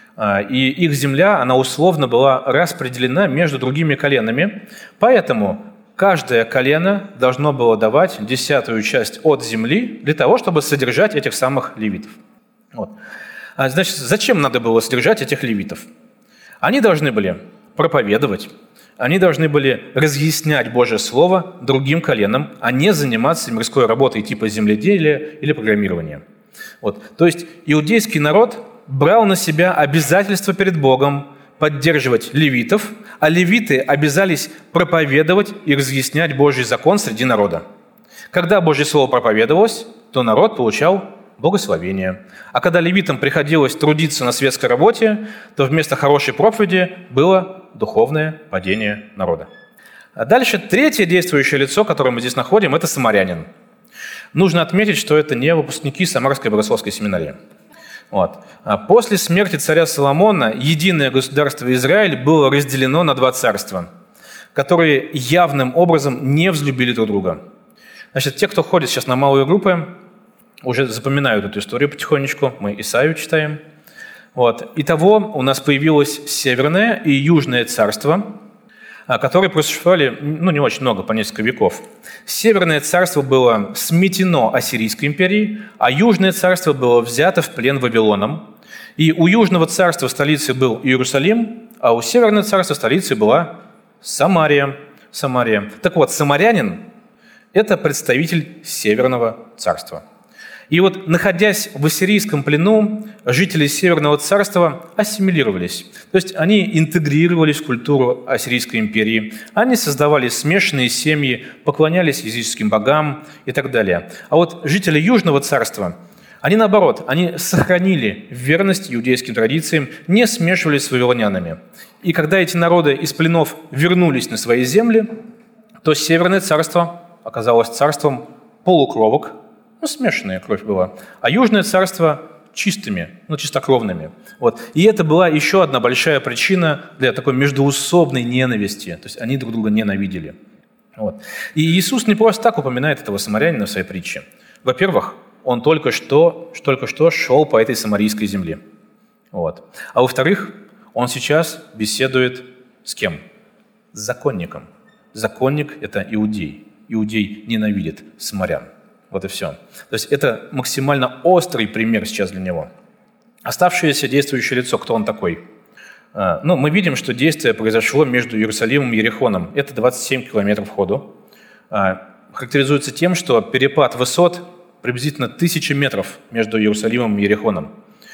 и их земля, она условно была распределена между другими коленами, поэтому каждое колено должно было давать десятую часть от земли для того, чтобы содержать этих самых левитов. Вот. Значит, зачем надо было содержать этих левитов? Они должны были проповедовать, они должны были разъяснять Божье Слово другим коленам, а не заниматься мирской работой типа земледелия или программирования. Вот. То есть иудейский народ брал на себя обязательство перед Богом поддерживать левитов, а левиты обязались проповедовать и разъяснять Божий закон среди народа. Когда Божье Слово проповедовалось, то народ получал благословение. А когда левитам приходилось трудиться на светской работе, то вместо хорошей проповеди было духовное падение народа. А дальше третье действующее лицо, которое мы здесь находим, это самарянин. Нужно отметить, что это не выпускники Самарской богословской семинарии. Вот. А после смерти царя Соломона единое государство Израиль было разделено на два царства, которые явным образом не взлюбили друг друга. Значит, те, кто ходит сейчас на малые группы, уже запоминают эту историю потихонечку. Мы Исаию читаем. Вот. Итого у нас появилось Северное и Южное царство, которые просуществовали ну, не очень много, по несколько веков. Северное царство было сметено Ассирийской империей, а Южное царство было взято в плен Вавилоном. И у Южного царства столицей был Иерусалим, а у Северного царства столицей была Самария. Самария. Так вот, самарянин – это представитель Северного царства. И вот, находясь в ассирийском плену, жители Северного царства ассимилировались. То есть они интегрировались в культуру Ассирийской империи, они создавали смешанные семьи, поклонялись языческим богам и так далее. А вот жители Южного царства, они наоборот, они сохранили верность иудейским традициям, не смешивались с вавилонянами. И когда эти народы из пленов вернулись на свои земли, то Северное царство оказалось царством полукровок, ну, смешанная кровь была, а Южное царство чистыми, ну, чистокровными. Вот. И это была еще одна большая причина для такой междоусобной ненависти. То есть они друг друга ненавидели. Вот. И Иисус не просто так упоминает этого самарянина в своей притче. Во-первых, он только что, только что шел по этой самарийской земле. Вот. А во-вторых, он сейчас беседует с кем? С законником. Законник – это иудей. Иудей ненавидит самарян. Вот и все. То есть это максимально острый пример сейчас для него. Оставшееся действующее лицо, кто он такой? Ну, мы видим, что действие произошло между Иерусалимом и Иерихоном. Это двадцать семь километров ходу. Характеризуется тем, что перепад высот приблизительно тысяча метров между Иерусалимом и Иерихоном.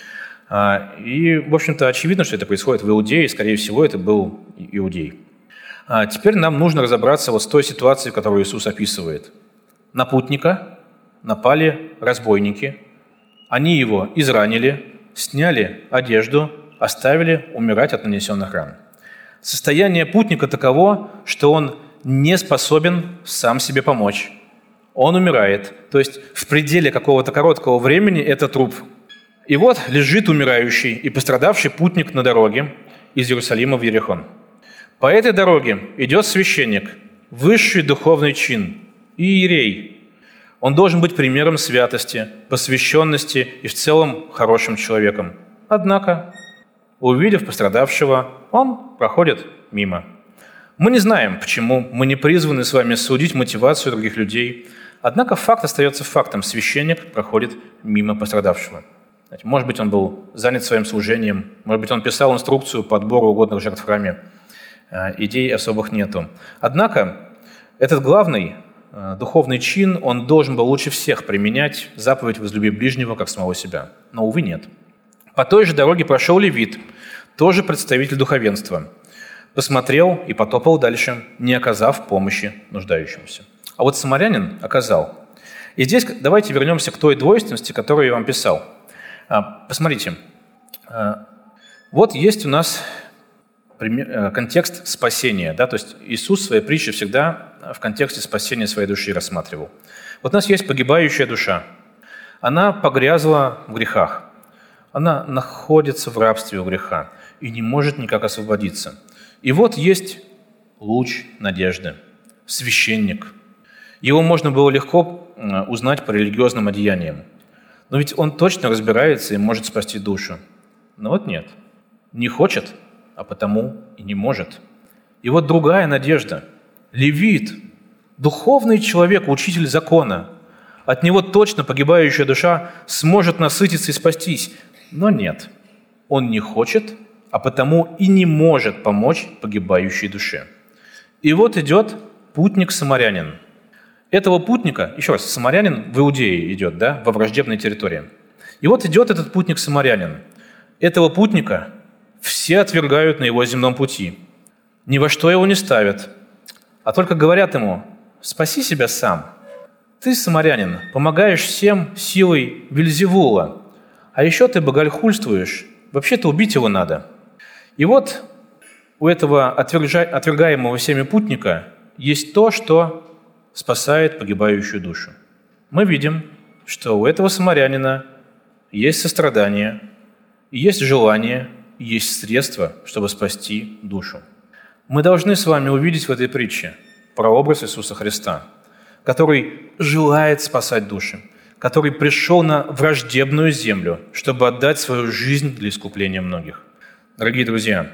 И, в общем-то, очевидно, что это происходит в Иудее, и, скорее всего, это был Иудей. Теперь нам нужно разобраться вот с той ситуацией, которую Иисус описывает. На путника напали разбойники, они его изранили, сняли одежду, оставили умирать от нанесенных ран. Состояние путника таково, что он не способен сам себе помочь. Он умирает, то есть в пределе какого-то короткого времени это труп. И вот лежит умирающий и пострадавший путник на дороге из Иерусалима в Иерихон. По этой дороге идет священник, высший духовный чин, иерей. Он должен быть примером святости, посвященности и в целом хорошим человеком. Однако, увидев пострадавшего, он проходит мимо. Мы не знаем, почему, мы не призваны с вами судить мотивацию других людей. Однако факт остается фактом. Священник проходит мимо пострадавшего. Может быть, он был занят своим служением, может быть, он писал инструкцию по отбору угодных жертв в храме. Идей особых нету. Однако, этот главный духовный чин, он должен был лучше всех применять заповедь «возлюби ближнего, как самого себя». Но, увы, нет. По той же дороге прошел левит, тоже представитель духовенства. Посмотрел и потопал дальше, не оказав помощи нуждающимся. А вот самарянин оказал. И здесь давайте вернемся к той двойственности, которую я вам писал. Посмотрите. Вот есть у нас контекст спасения. Да? То есть Иисус в своей притче всегда в контексте спасения своей души рассматривал. Вот у нас есть погибающая душа. Она погрязла в грехах. Она находится в рабстве у греха и не может никак освободиться. И вот есть луч надежды, священник. Его можно было легко узнать по религиозным одеяниям. Но ведь он точно разбирается и может спасти душу. Но вот нет. Не хочет, а потому и не может. И вот другая надежда. Левит, духовный человек, учитель закона. От него точно погибающая душа сможет насытиться и спастись. Но нет. Он не хочет, а потому и не может помочь погибающей душе. И вот идет путник-самарянин. Этого путника, еще раз, самарянин в Иудее идет, да, во враждебной территории. И вот идет этот путник-самарянин. Этого путника все отвергают на его земном пути. Ни во что его не ставят, а только говорят ему: «Спаси себя сам. Ты, самарянин, помогаешь всем силой Вельзевула, а еще ты богохульствуешь. Вообще-то убить его надо». И вот у этого отвергаемого всеми путника есть то, что спасает погибающую душу. Мы видим, что у этого самарянина есть сострадание, есть желание, есть средства, чтобы спасти душу. Мы должны с вами увидеть в этой притче прообраз Иисуса Христа, который желает спасать души, который пришел на враждебную землю, чтобы отдать свою жизнь для искупления многих. Дорогие друзья,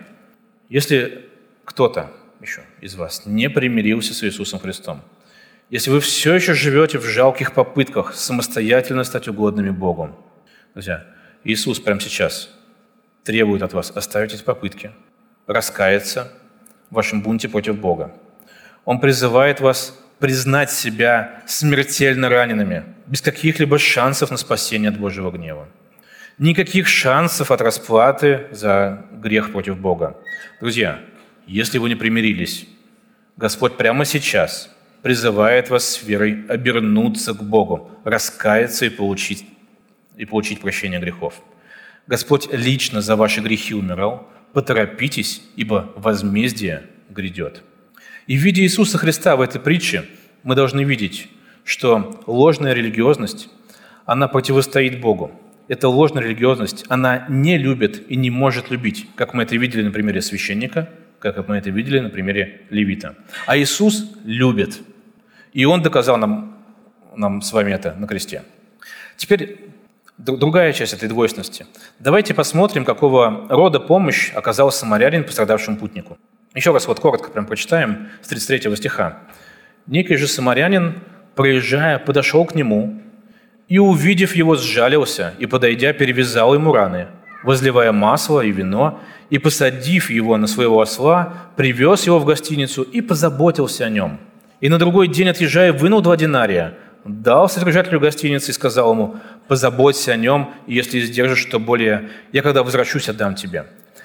если кто-то еще из вас не примирился с Иисусом Христом, если вы все еще живете в жалких попытках самостоятельно стать угодными Богу, друзья, Иисус прямо сейчас требует от вас оставить эти попытки, раскаяться в вашем бунте против Бога. Он призывает вас признать себя смертельно ранеными, без каких-либо шансов на спасение от Божьего гнева. Никаких шансов от расплаты за грех против Бога. Друзья, если вы не примирились, Господь прямо сейчас призывает вас с верой обернуться к Богу, раскаяться и получить, и получить прощение грехов. Господь лично за ваши грехи умирал. Поторопитесь, ибо возмездие грядет. И в виде Иисуса Христа в этой притче мы должны видеть, что ложная религиозность, она противостоит Богу. Эта ложная религиозность, она не любит и не может любить, как мы это видели на примере священника, как мы это видели на примере левита. А Иисус любит. И Он доказал нам, нам с вами это на кресте. Теперь другая часть этой двойственности. Давайте посмотрим, какого рода помощь оказал самарянин пострадавшему путнику. Еще раз вот коротко прям прочитаем с тридцать третьего стиха. «Некий же самарянин, проезжая, подошел к нему, и, увидев его, сжалился, и, подойдя, перевязал ему раны, возливая масло и вино, и, посадив его на своего осла, привез его в гостиницу и позаботился о нем. И на другой день, отъезжая, вынул два динария, дал содержателю гостиницы и сказал ему: позаботься о нем, и если издержишь, то более я, когда возвращусь, отдам тебе».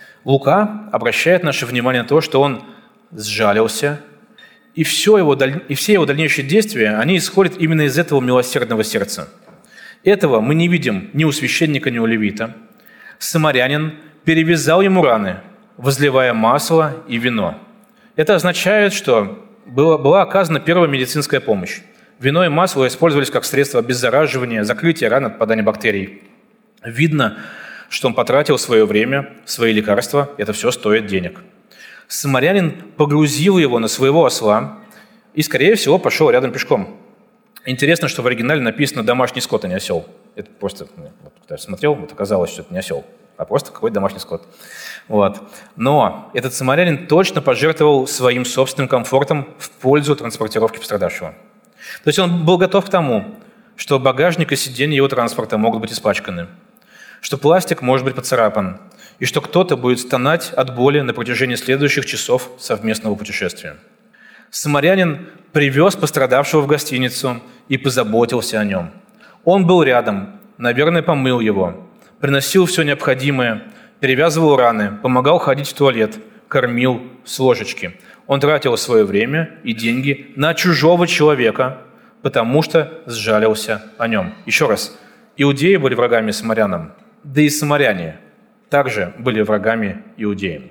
Лука обращает наше внимание на то, что он сжалился, и, все его, и все его дальнейшие действия, они исходят именно из этого милосердного сердца. Этого мы не видим ни у священника, ни у левита. Самарянин перевязал ему раны, возливая масло и вино. Это означает, что была, была оказана первая медицинская помощь. Вино и масло использовались как средство обеззараживания, закрытия ран от попадания бактерий. Видно, что он потратил свое время, свои лекарства, это все стоит денег. Самарянин погрузил его на своего осла и, скорее всего, пошел рядом пешком. Интересно, что в оригинале написано «домашний скот», а не осел. Это просто, вот, когда я смотрел, вот оказалось, что это не осел, а просто какой-то домашний скот. Вот. Но этот самарянин точно пожертвовал своим собственным комфортом в пользу транспортировки пострадавшего. То есть он был готов к тому, что багажник и сиденье его транспорта могут быть испачканы, что пластик может быть поцарапан, и что кто-то будет стонать от боли на протяжении следующих часов совместного путешествия. Самарянин привез пострадавшего в гостиницу и позаботился о нем. Он был рядом, наверное, помыл его, приносил все необходимое, перевязывал раны, помогал ходить в туалет, кормил с ложечки. Он тратил свое время и деньги на чужого человека, потому что сжалился о нем. Еще раз, иудеи были врагами самарянам, да и самаряне также были врагами иудеям.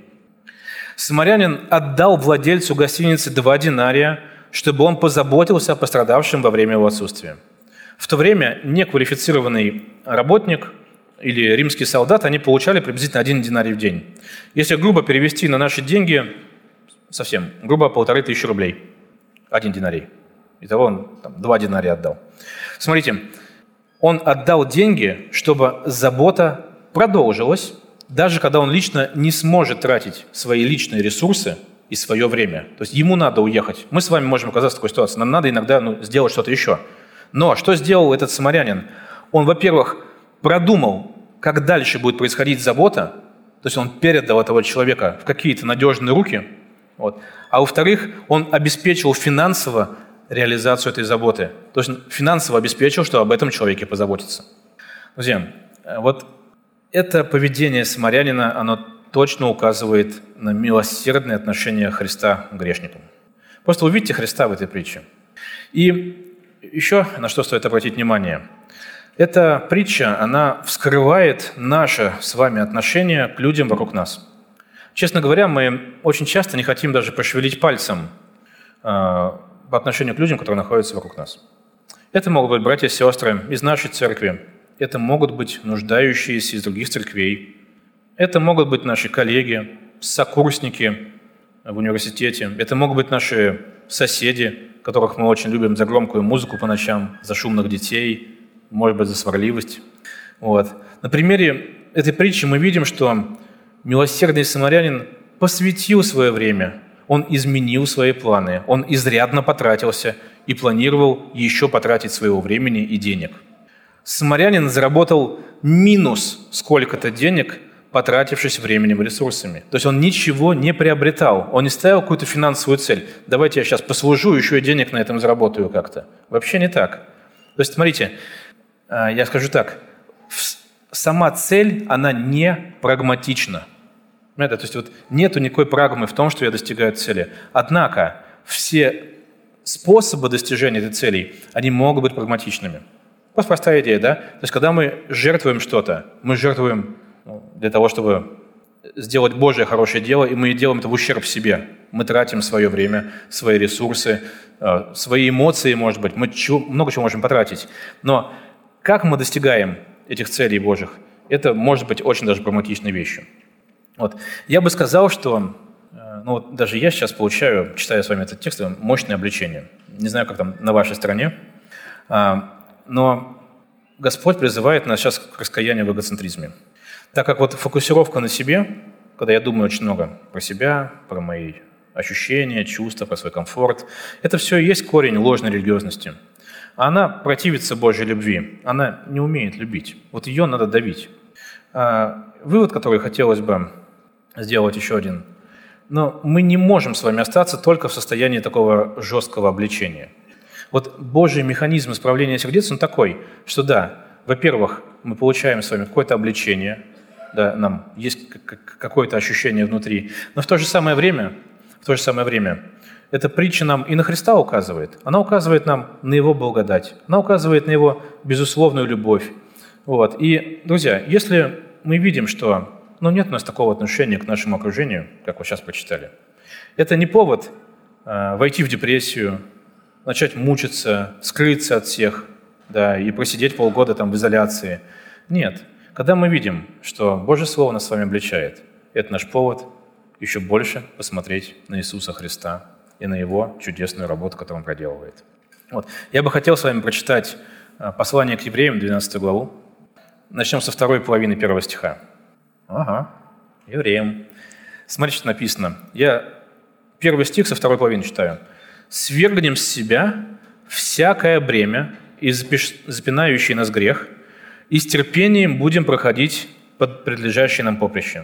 Самарянин отдал владельцу гостиницы два динария, чтобы он позаботился о пострадавшем во время его отсутствия. В то время неквалифицированный работник или римский солдат, они получали приблизительно один динарий в день. Если грубо перевести на наши деньги, совсем, грубо, полторы тысячи рублей. Один динарий. Итого он там, два динария отдал. Смотрите, он отдал деньги, чтобы забота продолжилась, даже когда он лично не сможет тратить свои личные ресурсы и свое время. То есть ему надо уехать. Мы с вами можем оказаться в такой ситуации. Нам надо иногда ну, сделать что-то еще. Но что сделал этот самарянин? Он, во-первых, продумал, как дальше будет происходить забота, то есть он передал этого человека в какие-то надежные руки, вот. А во-вторых, он обеспечил финансово реализацию этой заботы. То есть финансово обеспечил, что об этом человеке позаботиться. Друзья, вот это поведение самарянина, оно точно указывает на милосердное отношение Христа к грешникам. Просто увидите Христа в этой притче. И еще на что стоит обратить внимание. Эта притча, она вскрывает наше с вами отношение к людям вокруг нас. Честно говоря, мы очень часто не хотим даже пошевелить пальцем э, по отношению к людям, которые находятся вокруг нас. Это могут быть братья и сестры из нашей церкви, это могут быть нуждающиеся из других церквей, это могут быть наши коллеги, сокурсники в университете, это могут быть наши соседи, которых мы очень любим за громкую музыку по ночам, за шумных детей, может быть, за сварливость. Вот. На примере этой притчи мы видим, что милосердный самарянин посвятил свое время, он изменил свои планы, он изрядно потратился и планировал еще потратить своего времени и денег. Самарянин заработал минус сколько-то денег, потратившись временем и ресурсами. То есть он ничего не приобретал, он не ставил какую-то финансовую цель. Давайте я сейчас послужу, еще и денег на этом заработаю как-то. Вообще не так. То есть, смотрите, я скажу так, сама цель, она не прагматична. Понимаете? То есть вот нету никакой прагмы в том, что я достигаю цели. Однако все способы достижения этой цели, они могут быть прагматичными. Просто простая идея, да? То есть когда мы жертвуем что-то, мы жертвуем для того, чтобы сделать Божье хорошее дело, и мы делаем это в ущерб себе. Мы тратим свое время, свои ресурсы, свои эмоции, может быть. Мы много чего можем потратить. Но как мы достигаем этих целей Божьих, это может быть очень даже прагматичной вещью. Вот. Я бы сказал, что ну, вот даже я сейчас получаю, читая с вами этот текст, мощное обличение. Не знаю, как там на вашей стороне, но Господь призывает нас сейчас к раскаянию в эгоцентризме. Так как вот фокусировка на себе, когда я думаю очень много про себя, про мои ощущения, чувства, про свой комфорт, это все и есть корень ложной религиозности. Она противится Божьей любви, она не умеет любить. Вот ее надо давить. А вывод, который хотелось бы сделать еще один. Но мы не можем с вами остаться только в состоянии такого жесткого обличения. Вот Божий механизм исправления сердец, он такой, что да, во-первых, мы получаем с вами какое-то обличение, да, нам есть какое-то ощущение внутри, но в то же самое время, в то же самое время эта притча нам и на Христа указывает. Она указывает нам на Его благодать, она указывает на Его безусловную любовь. Вот. И, друзья, если мы видим, что ну, нет у нас такого отношения к нашему окружению, как вы сейчас прочитали, это не повод э, войти в депрессию, начать мучиться, скрыться от всех, да, и просидеть полгода там в изоляции. Нет. Когда мы видим, что Божье Слово нас с вами обличает, это наш повод еще больше посмотреть на Иисуса Христа и на Его чудесную работу, которую Он проделывает. Вот. Я бы хотел с вами прочитать послание к евреям, двенадцатую главу. Начнем со второй половины первого стиха. Ага, евреям. Смотрите, что написано. Я первый стих со второй половины читаю. «Свергнем с себя всякое бремя и запинающий нас грех, и с терпением будем проходить под предлежащее нам поприще,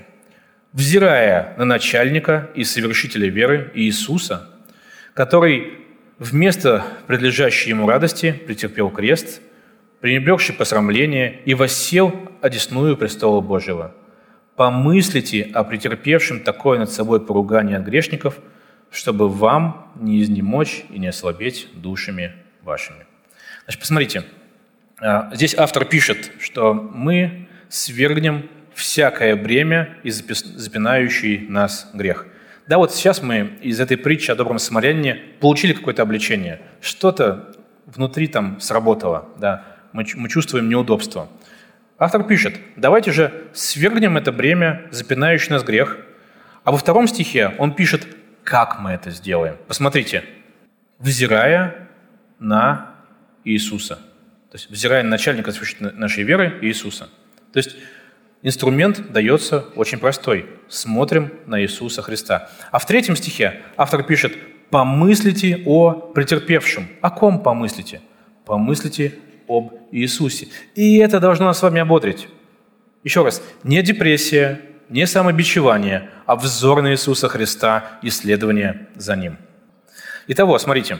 взирая на начальника и совершителя веры Иисуса, который вместо предлежащей ему радости претерпел крест, пренебрегший посрамление и воссел одесную престола Божьего. Помыслите о претерпевшем такое над собой поругание от грешников, чтобы вам не изнемочь и не ослабеть душами вашими». Значит, посмотрите, здесь автор пишет, что мы свергнем всякое бремя и запинающий нас грех. Да, вот сейчас мы из этой притчи о добром самарянине получили какое-то обличение. Что-то внутри там сработало, да, мы, мы чувствуем неудобство. Автор пишет, давайте же свергнем это бремя, запинающее нас грех. А во втором стихе он пишет, как мы это сделаем? Посмотрите, взирая на Иисуса. То есть взирая на начальника нашей веры Иисуса. То есть инструмент дается очень простой. Смотрим на Иисуса Христа. А в третьем стихе автор пишет: «Помыслите о претерпевшем». О ком помыслите? Помыслите об Иисусе. И это должно нас с вами ободрить. Еще раз, не депрессия, не самобичевание, а взор на Иисуса Христа и следование за Ним. Итого, смотрите,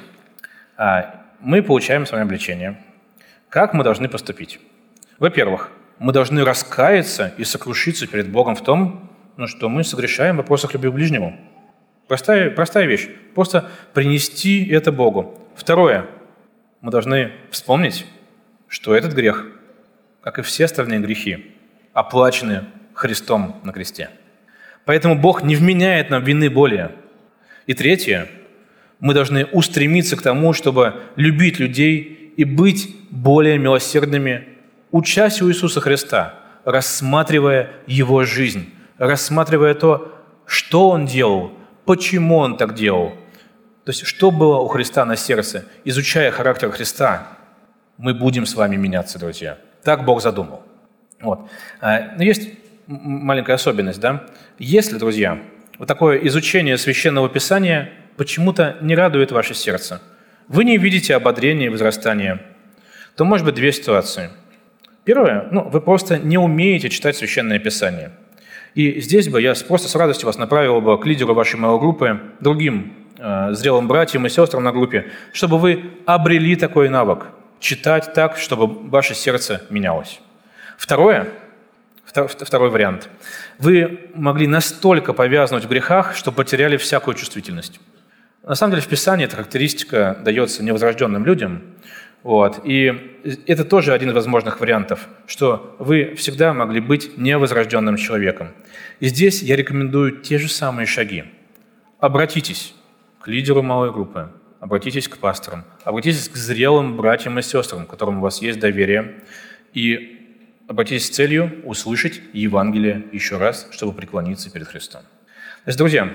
мы получаем с вами обличение. Как мы должны поступить? Во-первых, мы должны раскаяться и сокрушиться перед Богом в том, ну, что мы согрешаем в вопросах любви к ближнему. Простая, простая вещь. Просто принести это Богу. Второе. Мы должны вспомнить, что этот грех, как и все остальные грехи, оплачены Христом на кресте. Поэтому Бог не вменяет нам вины более. И третье. Мы должны устремиться к тому, чтобы любить людей и быть более милосердными, учась у Иисуса Христа, рассматривая Его жизнь, рассматривая то, что Он делал, почему Он так делал. То есть, что было у Христа на сердце. Изучая характер Христа, мы будем с вами меняться, друзья. Так Бог задумал. Вот. Но есть маленькая особенность, да? Если, друзья, вот такое изучение Священного Писания почему-то не радует ваше сердце, вы не видите ободрения и возрастания, то может быть две ситуации. Первое, ну, вы просто не умеете читать Священное Писание. И здесь бы я просто с радостью вас направил бы к лидеру вашей малой группы, другим э, зрелым братьям и сестрам на группе, чтобы вы обрели такой навык – читать так, чтобы ваше сердце менялось. Второе, втор, второй вариант. Вы могли настолько повязнуть в грехах, что потеряли всякую чувствительность. На самом деле в Писании эта характеристика дается невозрожденным людям. Вот. И это тоже один из возможных вариантов, что вы всегда могли быть невозрожденным человеком. И здесь я рекомендую те же самые шаги. Обратитесь к лидеру малой группы, обратитесь к пасторам, обратитесь к зрелым братьям и сестрам, к которым у вас есть доверие, и обратитесь с целью услышать Евангелие еще раз, чтобы преклониться перед Христом. То есть, друзья,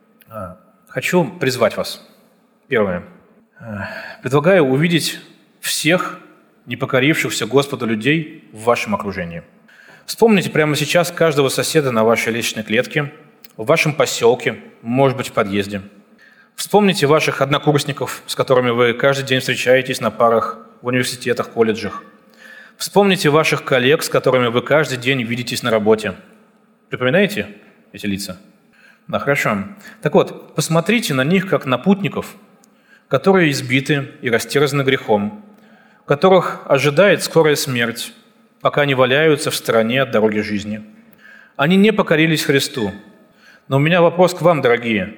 хочу призвать вас. Первое. Предлагаю увидеть всех непокорившихся Господу людей в вашем окружении. Вспомните прямо сейчас каждого соседа на вашей лестничной клетке, в вашем поселке, может быть, в подъезде. Вспомните ваших однокурсников, с которыми вы каждый день встречаетесь на парах в университетах, колледжах. Вспомните ваших коллег, с которыми вы каждый день видитесь на работе. Припоминаете эти лица? Да, хорошо. Так вот, посмотрите на них как на путников, которые избиты и растерзаны грехом, которых ожидает скорая смерть, пока они валяются в стороне от дороги жизни. Они не покорились Христу. Но у меня вопрос к вам, дорогие.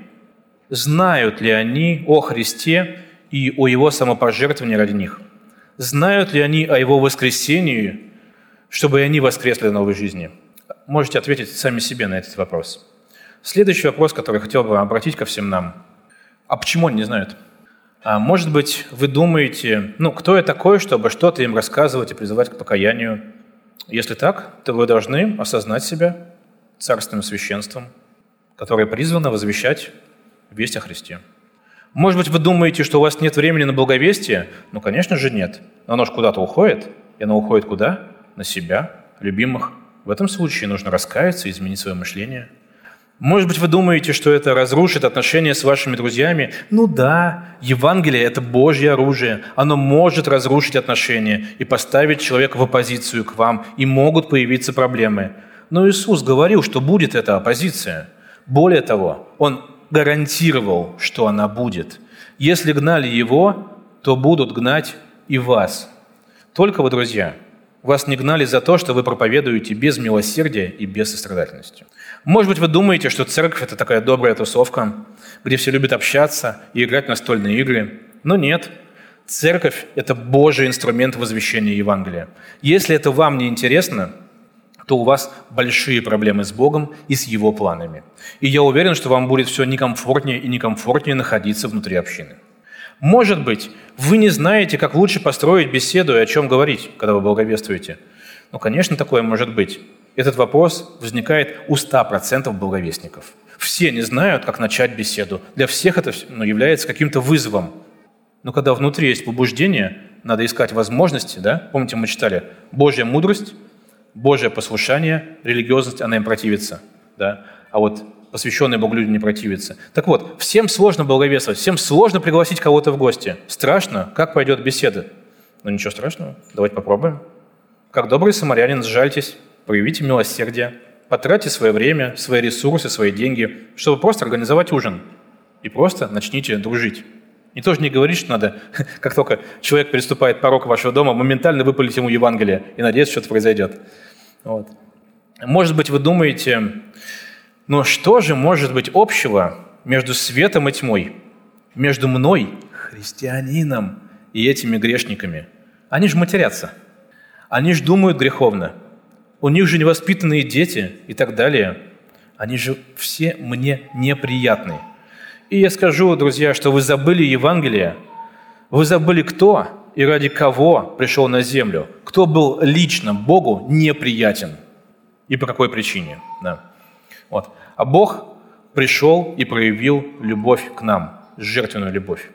Знают ли они о Христе и о Его самопожертвовании ради них? Знают ли они о Его воскресении, чтобы и они воскресли в новой жизни? Можете ответить сами себе на этот вопрос. Следующий вопрос, который я хотел бы обратить ко всем нам. А почему они не знают? А может быть, вы думаете, ну, кто я такой, чтобы что-то им рассказывать и призывать к покаянию? Если так, то вы должны осознать себя царственным священством, которое призвано возвещать весть о Христе. Может быть, вы думаете, что у вас нет времени на благовестие? Ну, конечно же, нет. Но оно же куда-то уходит. И оно уходит куда? На себя, любимых. В этом случае нужно раскаяться и изменить свое мышление. Может быть, вы думаете, что это разрушит отношения с вашими друзьями? Ну да, Евангелие – это Божье оружие. Оно может разрушить отношения и поставить человека в оппозицию к вам, и могут появиться проблемы. Но Иисус говорил, что будет эта оппозиция. Более того, Он гарантировал, что она будет. Если гнали Его, то будут гнать и вас. Только вы, друзья, вас не гнали за то, что вы проповедуете без милосердия и без сострадательности. Может быть, вы думаете, что церковь – это такая добрая тусовка, где все любят общаться и играть в настольные игры. Но нет. Церковь – это Божий инструмент возвещения Евангелия. Если это вам не интересно, то у вас большие проблемы с Богом и с Его планами. И я уверен, что вам будет все некомфортнее и некомфортнее находиться внутри общины. Может быть, вы не знаете, как лучше построить беседу и о чем говорить, когда вы благовествуете. Ну, конечно, такое может быть. Этот вопрос возникает у ста процентов благовестников. Все не знают, как начать беседу. Для всех это ну, является каким-то вызовом. Но когда внутри есть побуждение, надо искать возможности, да? Помните, мы читали «Божья мудрость», «Божье послушание», религиозность, она им противится, да? А вот посвященные Богу люди не противятся. Так вот, всем сложно благовествовать, всем сложно пригласить кого-то в гости. Страшно, как пойдет беседа. Ну ничего страшного, давайте попробуем. Как добрый самарянин, сжальтесь, проявите милосердие, потратьте свое время, свои ресурсы, свои деньги, чтобы просто организовать ужин. И просто начните дружить. И тоже не говорить, что надо, как только человек переступает порог вашего дома, моментально выпалить ему Евангелие и надеяться, что что-то произойдет. Вот. Может быть, вы думаете, ну что же может быть общего между светом и тьмой, между мной, христианином, и этими грешниками? Они же матерятся, они же думают греховно, у них же невоспитанные дети и так далее. Они же все мне неприятны. И я скажу, друзья, что вы забыли Евангелие, вы забыли, кто и ради кого пришел на землю, кто был лично Богу неприятен и по какой причине. Да. Вот. А Бог пришел и проявил любовь к нам, жертвенную любовь.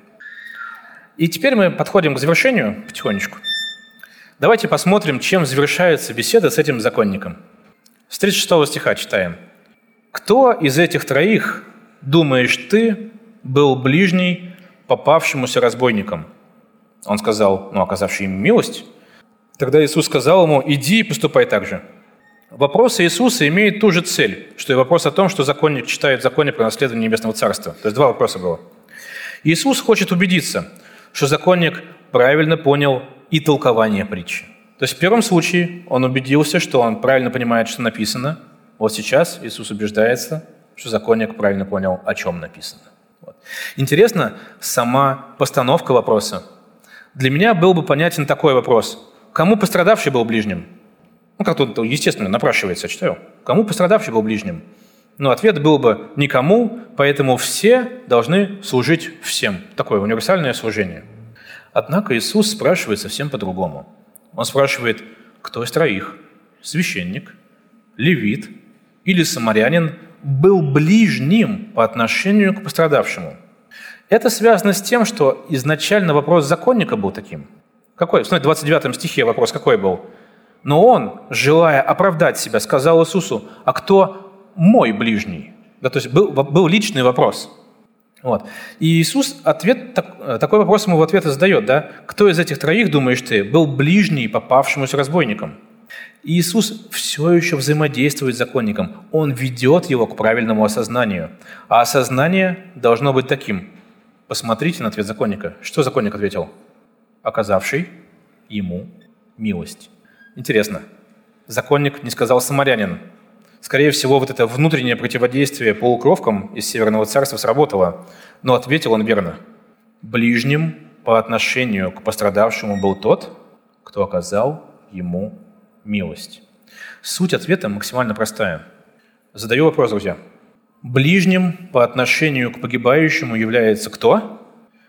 И теперь мы подходим к завершению потихонечку. Давайте посмотрим, чем завершается беседа с этим законником. С тридцать шестого стиха читаем. «Кто из этих троих, думаешь ты, был ближний попавшемуся разбойникам?» Он сказал, ну, оказавший им милость. Тогда Иисус сказал ему: «Иди и поступай так же». Вопрос Иисуса имеет ту же цель, что и вопрос о том, что законник читает в законе про наследование Небесного Царства. То есть два вопроса было. Иисус хочет убедиться, что законник правильно понял и толкование притчи. То есть в первом случае он убедился, что он правильно понимает, что написано. Вот сейчас Иисус убеждается, что законник правильно понял, о чем написано. Вот. Интересна сама постановка вопроса. Для меня был бы понятен такой вопрос. Кому пострадавший был ближним? Ну, как тут, естественно, напрашивается, читаю. Кому пострадавший был ближним? Ну, ответ был бы никому, поэтому все должны служить всем. Такое универсальное служение. Однако Иисус спрашивает совсем по-другому. Он спрашивает, кто из троих, священник, левит или самарянин, был ближним по отношению к пострадавшему. Это связано с тем, что изначально вопрос законника был таким. Какой? В двадцать девятом стихе вопрос какой был? Но он, желая оправдать себя, сказал Иисусу: «А кто мой ближний?» Да, то есть был, был личный вопрос. Вот. И Иисус ответ, так, такой вопрос ему в ответ и задает. Да? «Кто из этих троих, думаешь ты, был ближний попавшемуся разбойникам?» И Иисус все еще взаимодействует с законником. Он ведет его к правильному осознанию. А осознание должно быть таким. Посмотрите на ответ законника. Что законник ответил? «Оказавший ему милость». Интересно. Законник не сказал «самарянин». Скорее всего, вот это внутреннее противодействие полукровкам из Северного Царства сработало. Но ответил он верно. Ближним по отношению к пострадавшему был тот, кто оказал ему милость. Суть ответа максимально простая. Задаю вопрос, друзья. Ближним по отношению к погибающему является кто?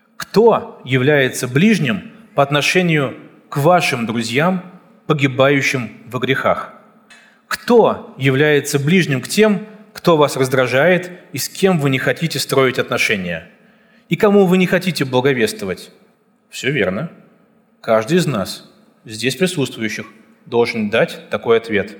Кто является ближним по отношению к вашим друзьям, погибающим во грехах? Кто является ближним к тем, кто вас раздражает и с кем вы не хотите строить отношения? И кому вы не хотите благовествовать? Все верно. Каждый из нас, здесь присутствующих, должен дать такой ответ.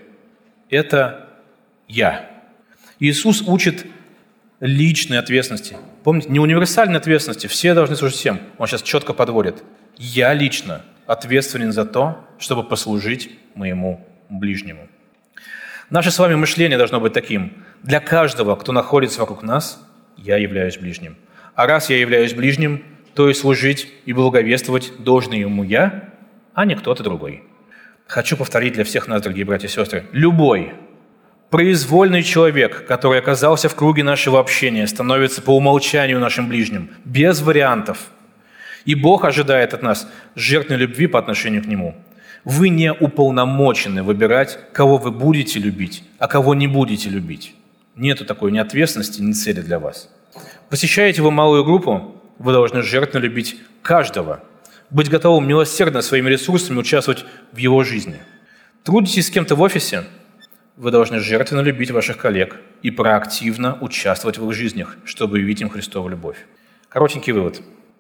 Это я. Иисус учит личной ответственности. Помните, не универсальной ответственности. Все должны служить всем. Он сейчас четко подводит. Я лично ответственен за то, чтобы послужить моему ближнему. Наше с вами мышление должно быть таким. Для каждого, кто находится вокруг нас, я являюсь ближним. А раз я являюсь ближним, то и служить, и благовествовать должен ему я, а не кто-то другой. Хочу повторить для всех нас, дорогие братья и сестры. Любой произвольный человек, который оказался в круге нашего общения, становится по умолчанию нашим ближним, без вариантов. И Бог ожидает от нас жертвенной любви по отношению к Нему. Вы не уполномочены выбирать, кого вы будете любить, а кого не будете любить. Нету такой ни ответственности, ни цели для вас. Посещаете вы малую группу, вы должны жертвенно любить каждого, быть готовым милосердно своими ресурсами участвовать в его жизни. Трудитесь с кем-то в офисе, Вы должны жертвенно любить ваших коллег и проактивно участвовать в их жизнях, чтобы явить им Христову любовь. Коротенький вывод.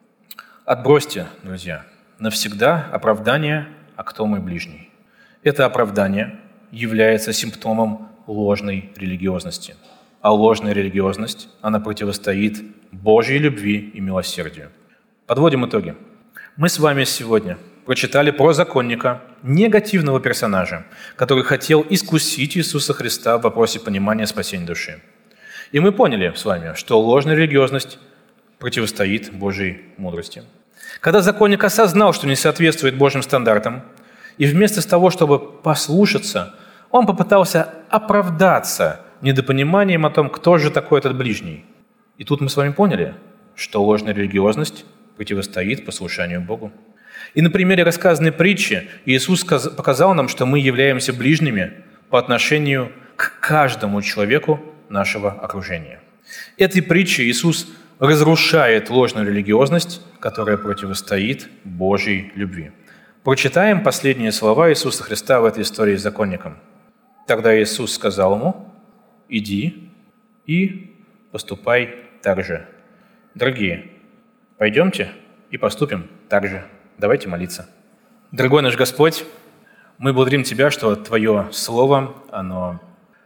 Отбросьте, друзья, навсегда оправдание «а кто мой ближний?». Это оправдание является симптомом ложной религиозности. А ложная религиозность, она противостоит Божьей любви и милосердию. Подводим итоги. Мы с вами сегодня прочитали про законника, негативного персонажа, который хотел искусить Иисуса Христа в вопросе понимания спасения души. И мы поняли с вами, что ложная религиозность противостоит Божьей мудрости. Когда законник осознал, что не соответствует Божьим стандартам, и вместо того, чтобы послушаться, он попытался оправдаться недопониманием о том, кто же такой этот ближний. И тут мы с вами поняли, что ложная религиозность противостоит послушанию Богу. И на примере рассказанной притчи Иисус показал нам, что мы являемся ближними по отношению к каждому человеку нашего окружения. Этой притчей Иисус разрушает ложную религиозность, которая противостоит Божьей любви. Прочитаем последние слова Иисуса Христа в этой истории с законником. Тогда Иисус сказал ему: «Иди и поступай так же». Дорогие, пойдемте и поступим так же. Давайте молиться. Дорогой наш Господь, мы благодарим Тебя, что Твое Слово, оно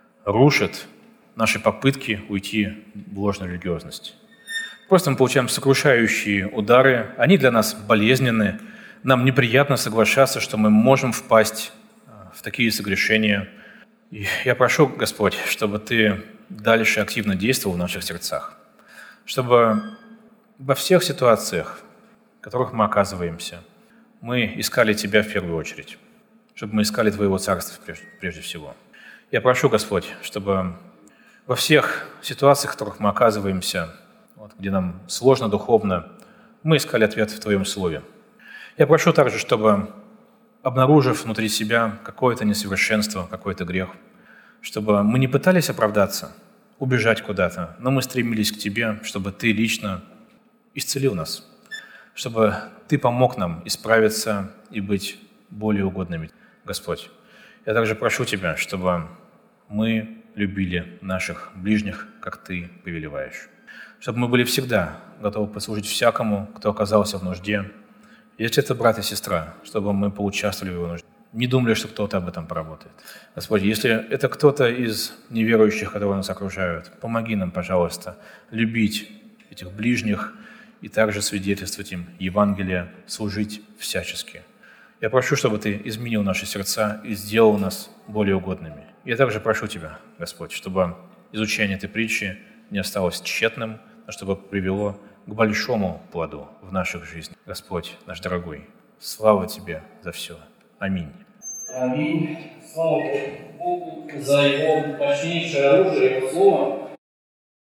рушит наши попытки уйти в ложную религиозность. Просто мы получаем сокрушающие удары, они для нас болезненны, нам неприятно соглашаться, что мы можем впасть в такие согрешения. И я прошу, Господь, чтобы Ты дальше активно действовал в наших сердцах, чтобы во всех ситуациях, в которых мы оказываемся, мы искали Тебя в первую очередь, чтобы мы искали Твоего Царства прежде всего. Я прошу, Господь, чтобы во всех ситуациях, в которых мы оказываемся, вот, где нам сложно духовно, мы искали ответ в Твоем Слове. Я прошу также, чтобы, обнаружив внутри себя какое-то несовершенство, какой-то грех, чтобы мы не пытались оправдаться, убежать куда-то, но мы стремились к Тебе, чтобы Ты лично исцелил нас, чтобы Ты помог нам исправиться и быть более угодными, Господь. Я также прошу Тебя, чтобы мы любили наших ближних, как Ты повелеваешь, чтобы мы были всегда готовы послужить всякому, кто оказался в нужде. Если это брат и сестра, чтобы мы поучаствовали в его нужде. Не думали, что кто-то об этом поработает. Господи, если это кто-то из неверующих, которые нас окружают, помоги нам, пожалуйста, любить этих ближних и также свидетельствовать им Евангелие, служить всячески. Я прошу, чтобы Ты изменил наши сердца и сделал нас более угодными. Я также прошу Тебя, Господь, чтобы изучение этой притчи не осталось тщетным, а чтобы привело к большому плоду в наших жизнях. Господь наш дорогой, слава Тебе за все. Аминь. Аминь. Слава Богу за Его точнейшее оружие, Его Слово.